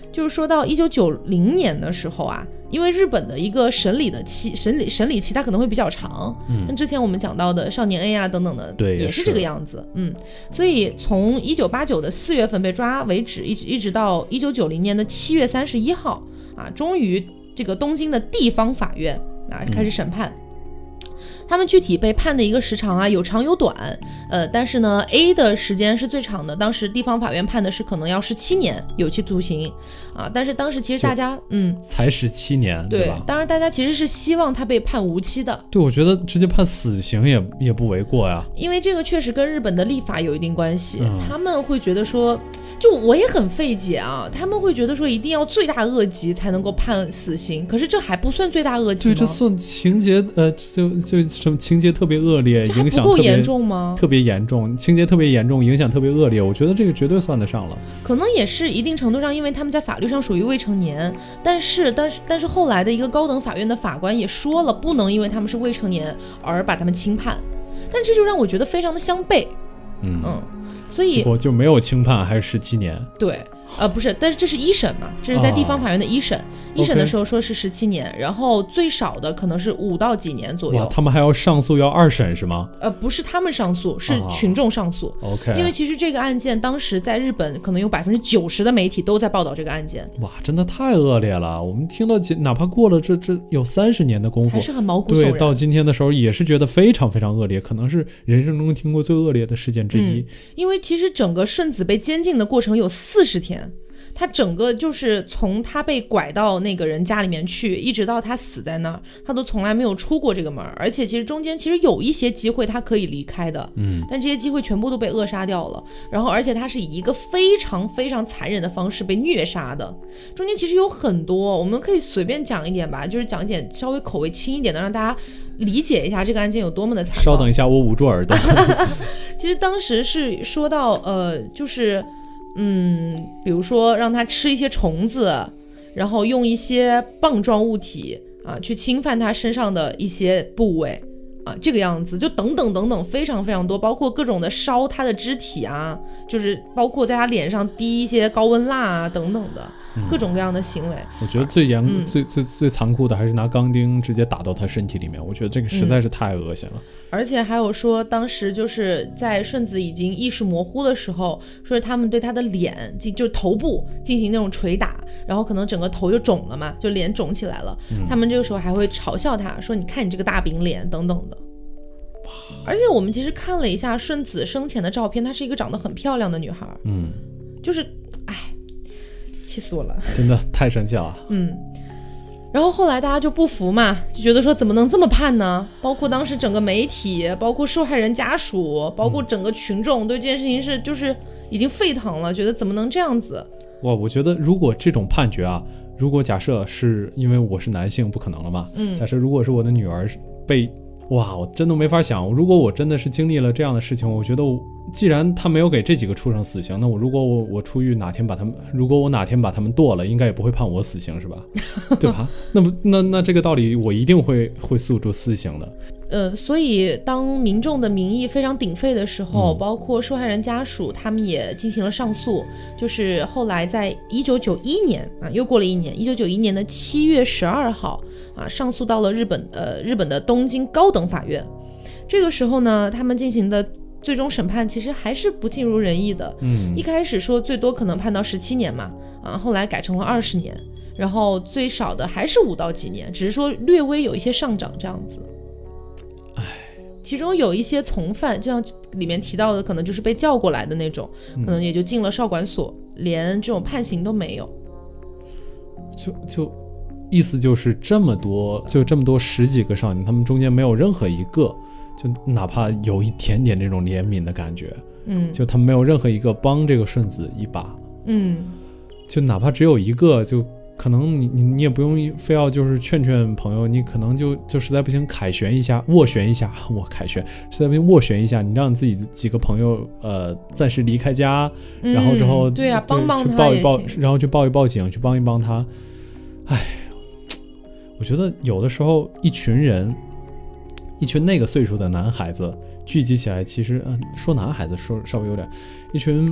就是说到一九九零年的时候啊，因为日本的一个审理的期审理审理期它可能会比较长，嗯，跟之前我们讲到的少年 A 啊等等的， 对， 也是这个样子，嗯，所以从一九八九的四月份被抓为止，一直一直到一九九零年的七月三十一号啊，终于这个东京的地方法院啊开始审判。嗯，他们具体被判的一个时长啊，有长有短，呃，但是呢 ，A 的时间是最长的，当时地方法院判的是可能要十七年有期徒刑啊，但是当时其实大家嗯才十七年， 对, 对吧？ 当然大家其实是希望他被判无期的。 对，我觉得直接判死刑也也不为过呀， 因为这个确实跟日本的立法有一定关系，嗯、他们会觉得说，就我也很费解啊，他们会觉得说一定要罪大恶极才能够判死刑，可是这还不算罪大恶极吗？ 对，这算情节呃就就什么情节特别恶劣，影响不够严重吗？ 特别严重，情节特别严重，影响特别恶劣，我觉得这个绝对算得上了。 可能也是一定程度上，因为他们在法律上属于未成年，但是但是但是后来的一个高等法院的法官也说了，不能因为他们是未成年而把他们轻判，但这就让我觉得非常的相悖。嗯嗯，所以结果就没有轻判，还是十七年。 对。呃，不是，但是这是一审嘛，这是在地方法院的一审，哦、一审的时候说是十七年， okay. 然后最少的可能是五到几年左右。 哇，他们还要上诉，要二审是吗？ 呃，不是他们上诉，是群众上诉。 哦、OK， 因为其实这个案件当时在日本可能有百分之九十的媒体都在报道这个案件。 哇，真的太恶劣了！我们听到，哪怕过了这这有三十年的功夫， 还是很毛骨悚然。 对，到今天的时候也是觉得非常非常恶劣，可能是人生中听过最恶劣的事件之一。 嗯、因为其实整个顺子被监禁的过程有四十天。他整个就是从他被拐到那个人家里面去，一直到他死在那儿，他都从来没有出过这个门。而且其实中间其实有一些机会他可以离开的，嗯，但这些机会全部都被扼杀掉了。然后而且他是以一个非常非常残忍的方式被虐杀的。中间其实有很多，我们可以随便讲一点吧，就是讲一点稍微口味轻一点的，让大家理解一下这个案件有多么的残暴。 稍等一下，我捂住耳朵。 其实当时是说到呃，就是。嗯，比如说让他吃一些虫子，然后用一些棒状物体啊去侵犯他身上的一些部位啊，这个样子就等等等等非常非常多，包括各种的烧他的肢体啊，就是包括在他脸上滴一些高温蜡啊等等的、嗯、各种各样的行为。 我觉得最严、嗯、最最最残酷的还是拿钢钉直接打到他身体里面，我觉得这个实在是太恶心了、嗯、 而且还有说当时就是在顺子已经意识模糊的时候，说是他们对他的脸就是头部进行那种捶打，然后可能整个头就肿了嘛，就脸肿起来了、嗯、他们这个时候还会嘲笑他说你看你这个大饼脸等等的。而且我们其实看了一下顺子生前的照片，她是一个长得很漂亮的女孩，嗯，就是哎，气死我了， 真的太生气了。 嗯，然后后来大家就不服嘛，就觉得说怎么能这么判呢？包括当时整个媒体，包括受害人家属，包括整个群众对这件事情是就是已经沸腾了，觉得怎么能这样子？ 哇，我觉得如果这种判决啊，如果假设是因为我是男性，不可能了嘛，嗯，假设如果是我的女儿被。哇，我真的没法想，如果我真的是经历了这样的事情，我觉得我既然他没有给这几个畜生死刑，那我如果我我出狱哪天把他们，如果我哪天把他们剁了，应该也不会判我死刑是吧？对吧？那不那那这个道理我一定会会诉诸私刑的。 呃，所以当民众的民意非常鼎沸的时候、嗯、包括受害人家属他们也进行了上诉，就是后来在一九九一年啊，又过了一年，一九九一年的七月十二号啊，上诉到了日本呃日本的东京高等法院。这个时候呢，他们进行的最终审判其实还是不尽如人意的。嗯，一开始说最多可能判到十七年嘛，啊，后来改成了二十年，然后最少的还是五到几年，只是说略微有一些上涨这样子。其中有一些从犯，就像里面提到的，可能就是被叫过来的那种，可能也就进了少管所，嗯、连这种判刑都没有。 就就意思就是这么多，就这么多十几个少年，他们中间没有任何一个，就哪怕有一点点这种怜悯的感觉，嗯，就他们没有任何一个帮这个顺子一把，嗯，就哪怕只有一个就。可能你你你也不用非要就是劝劝朋友，你可能就就实在不行凯旋一下，斡旋一下，我凯旋实在不行斡旋一下，你让自己几个朋友呃暂时离开家，嗯、然后之后对啊帮帮他去报一报，然后去报一报警，去帮一帮他。哎，我觉得有的时候一群人，一群那个岁数的男孩子聚集起来，其实嗯、呃、说男孩子说稍微有点，一群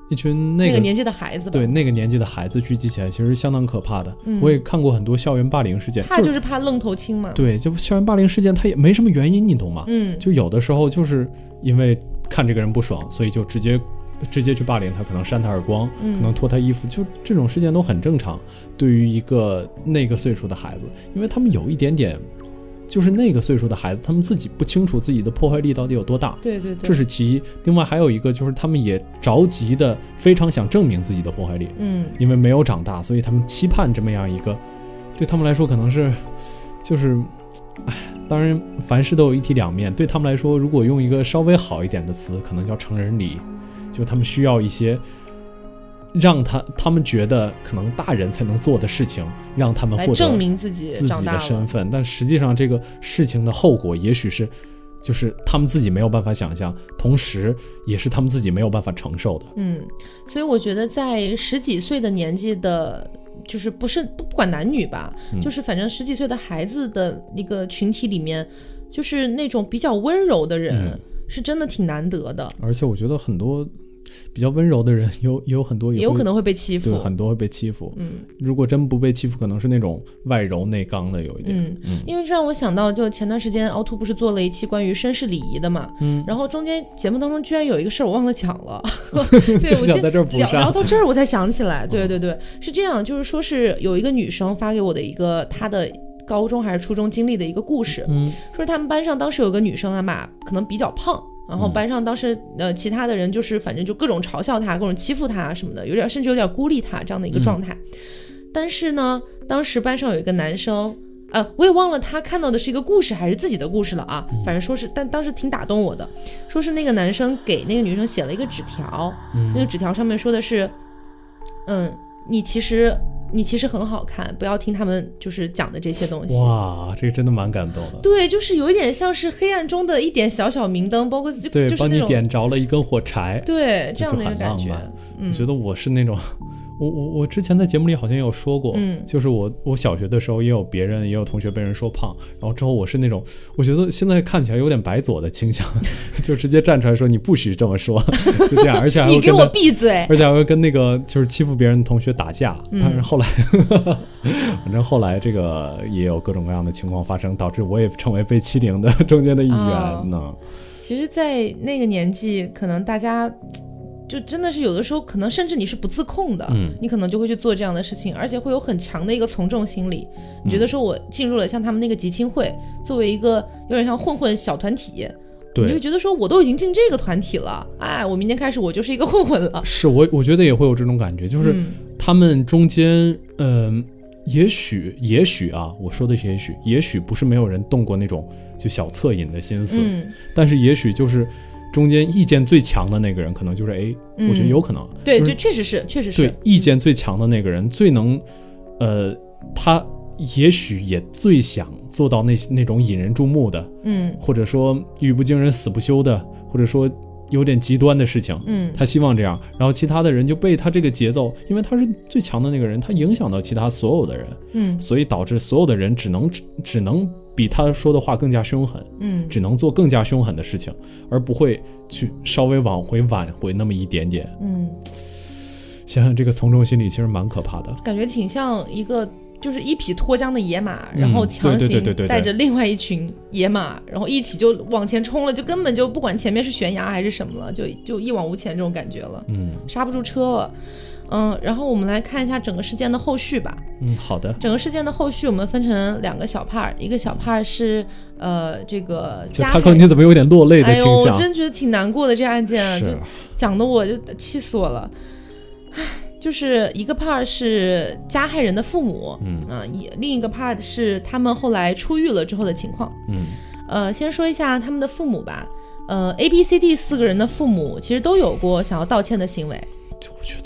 一群那个、 那个年纪的孩子吧， 对那个年纪的孩子聚集起来，其实相当可怕的。嗯、我也看过很多校园霸凌事件， 怕就是怕愣头青嘛。 对，就校园霸凌事件，它也没什么原因，你懂吗？嗯，就有的时候就是因为看这个人不爽，所以就直接直接去霸凌他，可能扇他耳光，嗯、可能脱他衣服，就这种事件都很正常。对于一个那个岁数的孩子，因为他们有一点点。就是那个岁数的孩子，他们自己不清楚自己的破坏力到底有多大， 对对对， 这是其一。另外还有一个就是他们也着急的非常想证明自己的破坏力，嗯，因为没有长大，所以他们期盼这么样一个，对他们来说可能是，就是，哎，当然凡事都有一体两面。对他们来说，如果用一个稍微好一点的词，可能叫成人礼，就他们需要一些。让他他们觉得可能大人才能做的事情，让他们获得证明自己自己的身份，但实际上这个事情的后果也许是，就是他们自己没有办法想象，同时也是他们自己没有办法承受的。 嗯，所以我觉得在十几岁的年纪的，就是不是不管男女吧，嗯、就是反正十几岁的孩子的一个群体里面，就是那种比较温柔的人，嗯、是真的挺难得的。 而且我觉得很多。比较温柔的人有也有很多也, 也有可能会被欺负， 对，很多会被欺负。嗯，如果真不被欺负，可能是那种外柔内刚的有一点。 嗯嗯，因为这让我想到，就前段时间凹凸不是做了一期关于绅士礼仪的嘛，嗯，然后中间节目当中居然有一个事儿我忘了讲了，对， 我想在这儿补上， 聊到这儿我才想起来，对对对，是这样，就是说是有一个女生发给我的一个她的高中还是初中经历的一个故事，嗯，说他们班上当时有个女生啊嘛，可能比较胖。然后班上当时呃其他的人就是反正就各种嘲笑他，各种欺负他什么的，有点甚至有点孤立他这样的一个状态。嗯、但是呢，当时班上有一个男生，呃，我也忘了他看到的是一个故事还是自己的故事了啊。嗯、反正说是，但当时挺打动我的，说是那个男生给那个女生写了一个纸条，嗯、那个纸条上面说的是，嗯，你其实。你其实很好看，不要听他们就是讲的这些东西。 哇，这个真的蛮感动的。 对，就是有一点像是黑暗中的一点小小明灯，包括就对， 就是帮你点着了一根火柴。 对，这样的一个感觉。 嗯、我觉得我是那种。我我我之前在节目里好像也有说过，嗯，就是我我小学的时候也有别人也有同学被人说胖，然后之后我是那种我觉得现在看起来有点白左的倾向，就直接站出来说你不许这么说，就这样，而且还会跟你给我闭嘴， 而且还会跟那个就是欺负别人的同学打架，嗯、但是后来反正后来这个也有各种各样的情况发生，导致我也成为被欺凌的中间的一员呢。哦、 其实在那个年纪可能大家就真的是有的时候可能甚至你是不自控的，嗯，你可能就会去做这样的事情，而且会有很强的一个从众心理。你觉得说我进入了像他们那个集青会，作为一个有点像混混小团体，对，你就觉得说我都已经进这个团体了，哎，我明天开始我就是一个混混了。 是我我觉得也会有这种感觉，就是他们中间，嗯、呃，也许也许啊，我说的是也许，也许不是没有人动过那种就小恻隐的心思，嗯，但是也许就是。中间意见最强的那个人可能就是 A，嗯、我觉得有可能。 对， 就是、 对，确实是，确实是。 对，意见最强的那个人最能，呃，他也许也最想做到那那种引人注目的，嗯，或者说语不惊人死不休的，或者说有点极端的事情，嗯，他希望这样，然后其他的人就被他这个节奏，因为他是最强的那个人，他影响到其他所有的人，嗯，所以导致所有的人只能只只能。比他说的话更加凶狠，嗯，只能做更加凶狠的事情，而不会去稍微往回挽回那么一点点，嗯，想想这个从众心理其实蛮可怕的， 感觉挺像一个就是一匹脱缰的野马，然后强行带着另外一群野马，然后一起就往前冲了，就根本就不管前面是悬崖还是什么了，就就一往无前这种感觉了，嗯，刹不住车了。嗯，然后我们来看一下整个事件的后续吧。 嗯，好的。整个事件的后续我们分成两个小 part， 一个小 part 是呃这个加害， 他你怎么有点落泪的倾向？ 哎呦，我真觉得挺难过的这案件，就讲的我就气死我了。唉，就是一个 part 是加害人的父母，嗯啊、呃，另一个 part 是他们后来出狱了之后的情况。嗯，呃，先说一下他们的父母吧。呃 ，A B C D 四个人的父母其实都有过想要道歉的行为。 就我觉得。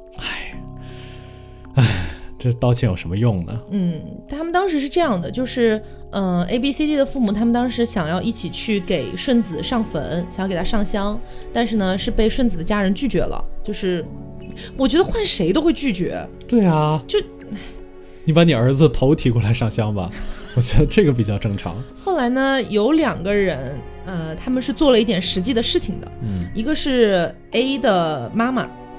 唉，这道歉有什么用呢？ 嗯，他们当时是这样的，就是呃 A B C D 的父母他们当时想要一起去给顺子上坟，想要给他上香，但是呢是被顺子的家人拒绝了，就是我觉得换谁都会拒绝。 对啊， 就你把你儿子头提过来上香吧，我觉得这个比较正常。 后来呢有两个人呃他们是做了一点实际的事情的，嗯，一个是 A 的妈妈，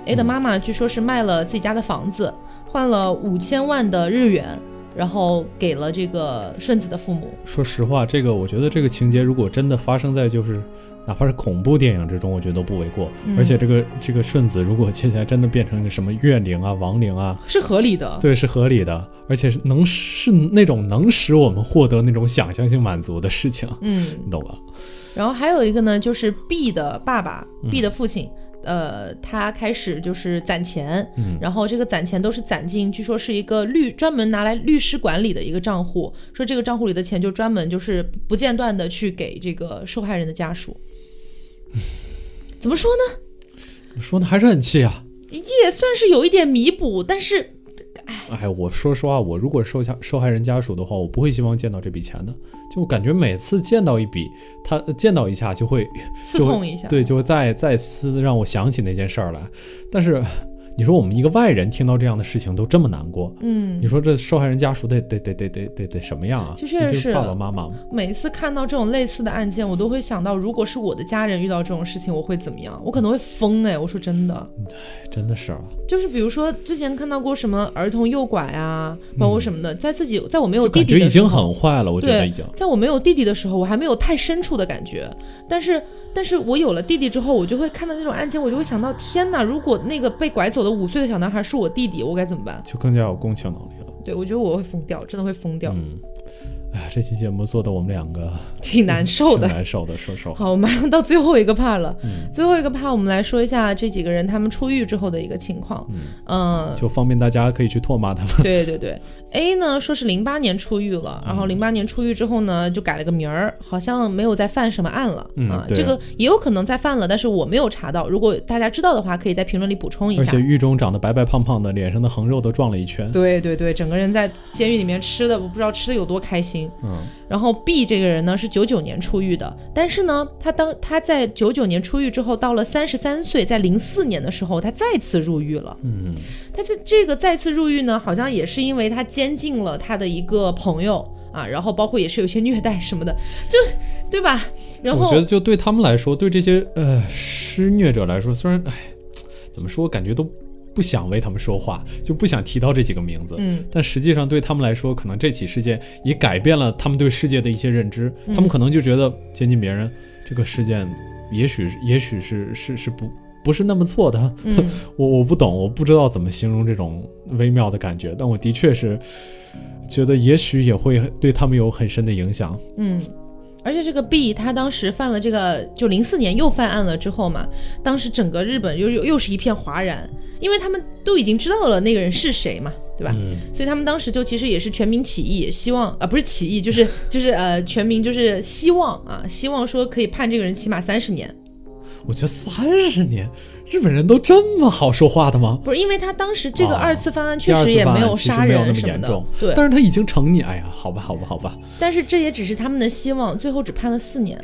A 的妈妈据说是卖了自己家的房子，换了五千万的日元，然后给了这个顺子的父母。 说实话，这个我觉得这个情节如果真的发生在就是哪怕是恐怖电影之中，我觉得都不为过。嗯、而且这个这个顺子如果接下来真的变成一个什么怨灵啊、亡灵啊， 是合理的。 对，是合理的，而且是能是那种能使我们获得那种想象性满足的事情。嗯，你懂吧？ 然后还有一个呢，就是 B 的爸爸、嗯、，B 的父亲。呃，他开始就是攒钱、嗯，然后这个攒钱都是攒进，据说是一个律专门拿来律师管理的一个账户，说这个账户里的钱就专门就是不间断的去给这个受害人的家属。怎么说呢？ 怎么说呢？还是很气啊。 也算是有一点弥补，但是， 哎，我说实话，我如果受下受害人家属的话，我不会希望见到这笔钱的。就感觉每次见到一笔，他见到一下就会刺痛一下， 对，就会再再次让我想起那件事儿来。但是你说我们一个外人听到这样的事情都这么难过，嗯，你说这受害人家属得得得得得得得什么样啊？ 就确实是爸爸妈妈。 每次看到这种类似的案件，我都会想到，如果是我的家人遇到这种事情，我会怎么样？我可能会疯哎！我说真的， 真的是啊。 就是比如说之前看到过什么儿童诱拐啊，包括什么的，嗯、在自己在我没有弟弟的时候， 就感觉已经很坏了。我觉得已经在我没有弟弟的时候，我还没有太深处的感觉，但是但是我有了弟弟之后，我就会看到那种案件，我就会想到，天哪！如果那个被拐走的五岁的小男孩是我弟弟，我该怎么办？ 就更加有共情能力了。 对，我觉得我会疯掉，真的会疯掉。 嗯，哎呀，这期节目做的我们两个挺难受的， 挺难受的，说实话。 好，我马上到最后一个 part 了。嗯，最后一个 part 我们来说一下这几个人他们出狱之后的一个情况。嗯，呃、 就方便大家可以去唾骂他们。 对对对 ，A 呢说是零八年出狱了，然后零八年出狱之后呢就改了个名儿，好像没有再犯什么案了。嗯、啊，这个也有可能再犯了，但是我没有查到。如果大家知道的话，可以在评论里补充一下。 而且狱中长得白白胖胖的，脸上的横肉都撞了一圈。 对对对，整个人在监狱里面吃的，我不知道吃的有多开心。嗯，然后 B 这个人呢是九九年出狱的，但是呢，他当他在九九年出狱之后，到了三十三岁，在零四年的时候，他再次入狱了。嗯，他在这个再次入狱呢，好像也是因为他监禁了他的一个朋友啊，然后包括也是有些虐待什么的，就对吧？然后我觉得就对他们来说，对这些呃施虐者来说，虽然哎怎么说，感觉都不想为他们说话，就不想提到这几个名字，嗯，但实际上对他们来说，可能这起事件也改变了他们对世界的一些认知，嗯、他们可能就觉得监禁别人这个事件，也许也许是是是不不是那么错的，嗯、我我不懂，我不知道怎么形容这种微妙的感觉，但我的确是觉得也许也会对他们有很深的影响， 嗯。而且这个 B 他当时犯了这个，就零四年又犯案了之后嘛，当时整个日本又又是一片哗然，因为他们都已经知道了那个人是谁嘛，对吧？嗯、所以他们当时就其实也是全民起义，希望啊不是起义，就是就是呃全民就是希望啊，希望说可以判这个人起码三十年。 我觉得三十年。日本人都这么好说话的吗？ 不是，因为他当时这个二次犯案确实也没有杀人什么的， 哦、对，但是他已经成年，哎呀，好吧，好吧，好吧。 但是这也只是他们的希望，最后只判了四年。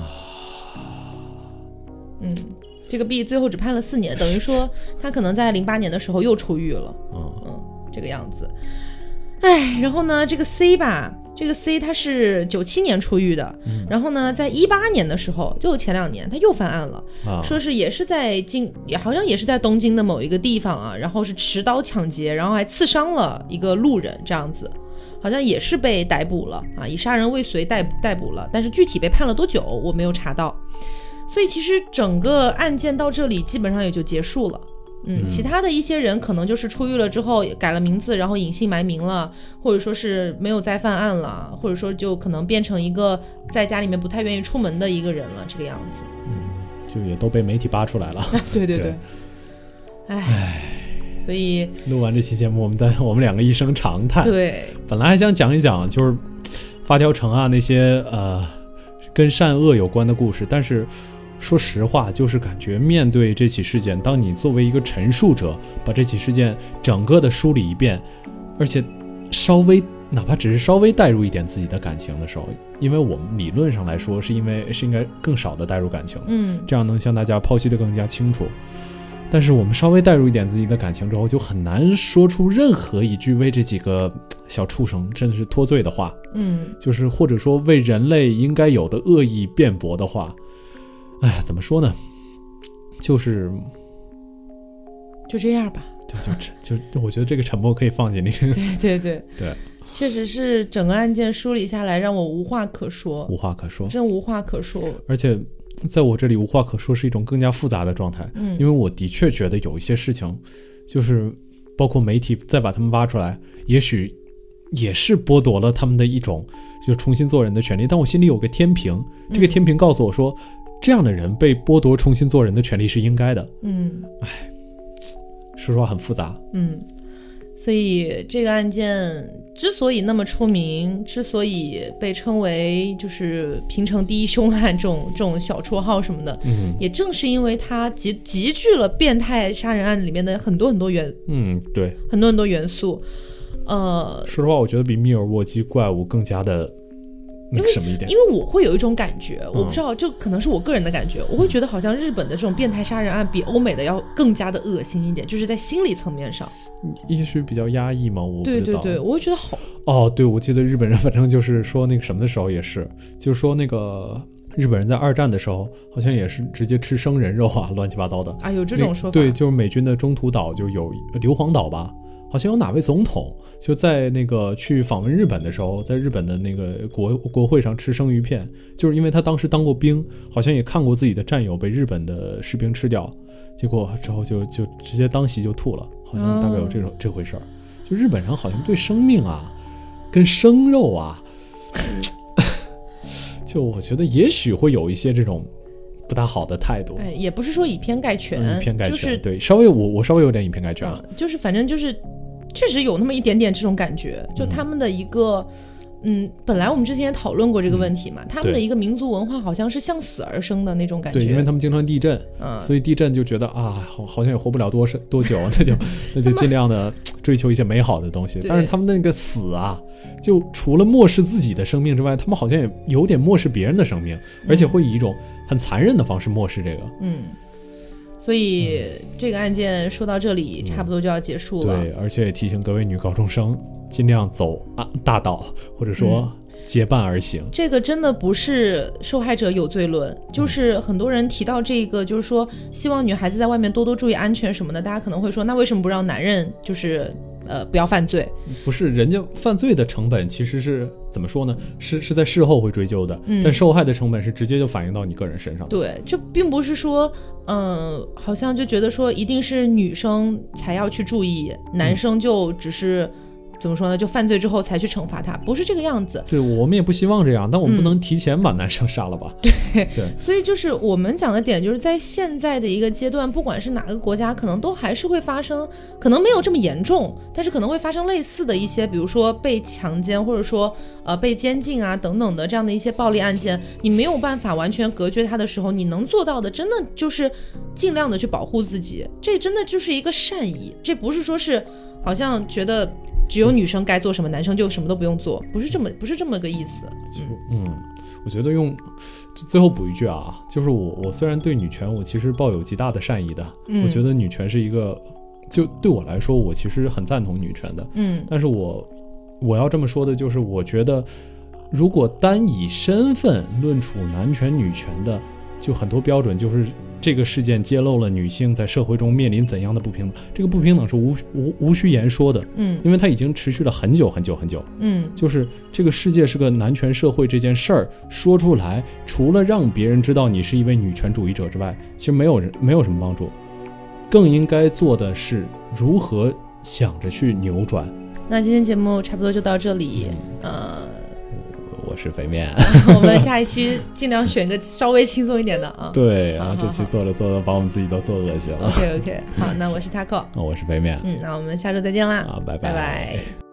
嗯，这个 B 最后只判了四年，等于说他可能在零八年的时候又出狱了。嗯嗯，这个样子。哎，然后呢，这个 C 吧。这个 C 他是九七年出狱的，嗯、然后呢，在一八年的时候，就前两年他又犯案了，啊、说是也是在京，也好像也是在东京的某一个地方啊，然后是持刀抢劫，然后还刺伤了一个路人，这样子，好像也是被逮捕了啊，以杀人未遂逮逮捕了，但是具体被判了多久我没有查到，所以其实整个案件到这里基本上也就结束了。嗯，其他的一些人可能就是出狱了之后改了名字，然后隐姓埋名了，或者说是没有再犯案了，或者说就可能变成一个在家里面不太愿意出门的一个人了，这个样子。 嗯，就也都被媒体扒出来了。 对对对。唉，所以录完这期节目，我们的我们两个一声长叹。 对， 本来还想讲一讲就是发条城啊那些呃跟善恶有关的故事，但是。说实话，就是感觉面对这起事件，当你作为一个陈述者，把这起事件整个的梳理一遍，而且稍微哪怕只是稍微带入一点自己的感情的时候，因为我们理论上来说是因为是应该更少的带入感情，嗯，这样能向大家剖析得更加清楚。但是我们稍微带入一点自己的感情之后，就很难说出任何一句为这几个小畜生真的是脱罪的话，嗯，就是或者说为人类应该有的恶意辩驳的话。哎，怎么说呢？就是就这样吧。 就就就我觉得这个沉默可以放进里面。 对对对对， 确实是整个案件梳理下来让我无话可说， 无话可说， 真无话可说。 而且在我这里无话可说是一种更加复杂的状态，嗯，因为我的确觉得有一些事情就是包括媒体再把他们挖出来，也许也是剥夺了他们的一种就重新做人的权利，但我心里有个天平，这个天平告诉我说、嗯、这样的人被剥夺重新做人的权利是应该的。嗯，哎，说实话很复杂。 嗯，所以这个案件之所以那么出名，之所以被称为就是平城第一凶案这种这种小绰号什么的，嗯，也正是因为它集集聚了变态杀人案里面的很多很多元， 嗯，对， 很多很多元素。呃， 说实话，我觉得比密尔沃基怪物更加的那个什么一点， 因为我会有一种感觉，我不知道，就可能是我个人的感觉，我会觉得好像日本的这种变态杀人案比欧美的要更加的恶心一点，就是在心理层面上， 也许比较压抑嘛，我不知道。 对对对，我会觉得好。 哦，对，我记得日本人反正就是说那个什么的时候也是，就是说那个日本人在二战的时候好像也是直接吃生人肉啊，乱七八糟的啊， 有这种说法。 对，就是美军的中途岛就有硫磺岛吧。好像有哪位总统就在那个去访问日本的时候，在日本的那个国国会上吃生鱼片，就是因为他当时当过兵，好像也看过自己的战友被日本的士兵吃掉，结果之后就就直接当席就吐了，好像大概有这种、嗯、这回事儿。就日本人好像对生命啊跟生肉啊就我觉得也许会有一些这种不大好的态度。 哎，也不是说以偏概全、 嗯、以偏概全、 就是、 对，稍微我我稍微有点以偏概全了、 嗯、就是反正就是确实有那么一点点这种感觉，就他们的一个嗯本来我们之前也讨论过这个问题嘛、嗯、他们的一个民族文化好像是向死而生的那种感觉。 对，因为他们经常地震、嗯、所以地震就觉得啊好好像也活不了多多久，那就那就尽量的追求一些美好的东西。但是他们那个死啊，就除了漠视自己的生命之外，他们好像也有点漠视别人的生命、嗯、而且会以一种很残忍的方式漠视这个。嗯， 所以这个案件说到这里、嗯、差不多就要结束了。 对，而且也提醒各位女高中生尽量走大道，或者说结伴而行、嗯、 这个真的不是受害者有罪论，就是很多人提到这个就是说希望女孩子在外面多多注意安全什么的，大家可能会说那为什么不让男人就是呃，不要犯罪？ 不是，人家犯罪的成本其实是怎么说呢？是是在事后会追究的、嗯，但受害的成本是直接就反映到你个人身上的。 对，就并不是说，嗯、呃，好像就觉得说一定是女生才要去注意，男生就只是。嗯，怎么说呢，就犯罪之后才去惩罚他，不是这个样子。 对，我们也不希望这样，但我们不能提前把男生杀了吧、 嗯、对对，所以就是我们讲的点就是在现在的一个阶段，不管是哪个国家可能都还是会发生，可能没有这么严重，但是可能会发生类似的一些比如说被强奸或者说呃被监禁啊等等的这样的一些暴力案件，你没有办法完全隔绝它的时候，你能做到的真的就是尽量的去保护自己，这真的就是一个善意，这不是说是好像觉得只有女生该做什么，男生就什么都不用做，不是这么不是这么个意思。 嗯嗯，我觉得用最后补一句啊，就是我我虽然对女权我其实抱有极大的善意的、嗯，我觉得女权是一个，就对我来说我其实很赞同女权的，嗯，但是我我要这么说的就是，我觉得如果单以身份论处男权女权的，就很多标准就是这个事件揭露了女性在社会中面临怎样的不平等，这个不平等是无无无需言说的，嗯，因为它已经持续了很久很久很久，嗯，就是这个世界是个男权社会这件事儿说出来，除了让别人知道你是一位女权主义者之外，其实没有人没有什么帮助，更应该做的是如何想着去扭转。 那今天节目差不多就到这里，嗯、呃。 我是肥面我们下一期尽量选个稍微轻松一点的啊。 对，然后这期做着做着把我们自己都做恶心了。 OK OK 好，那我是 Taco 我是肥面， 嗯，那我们下周再见啦， 好，拜拜拜拜。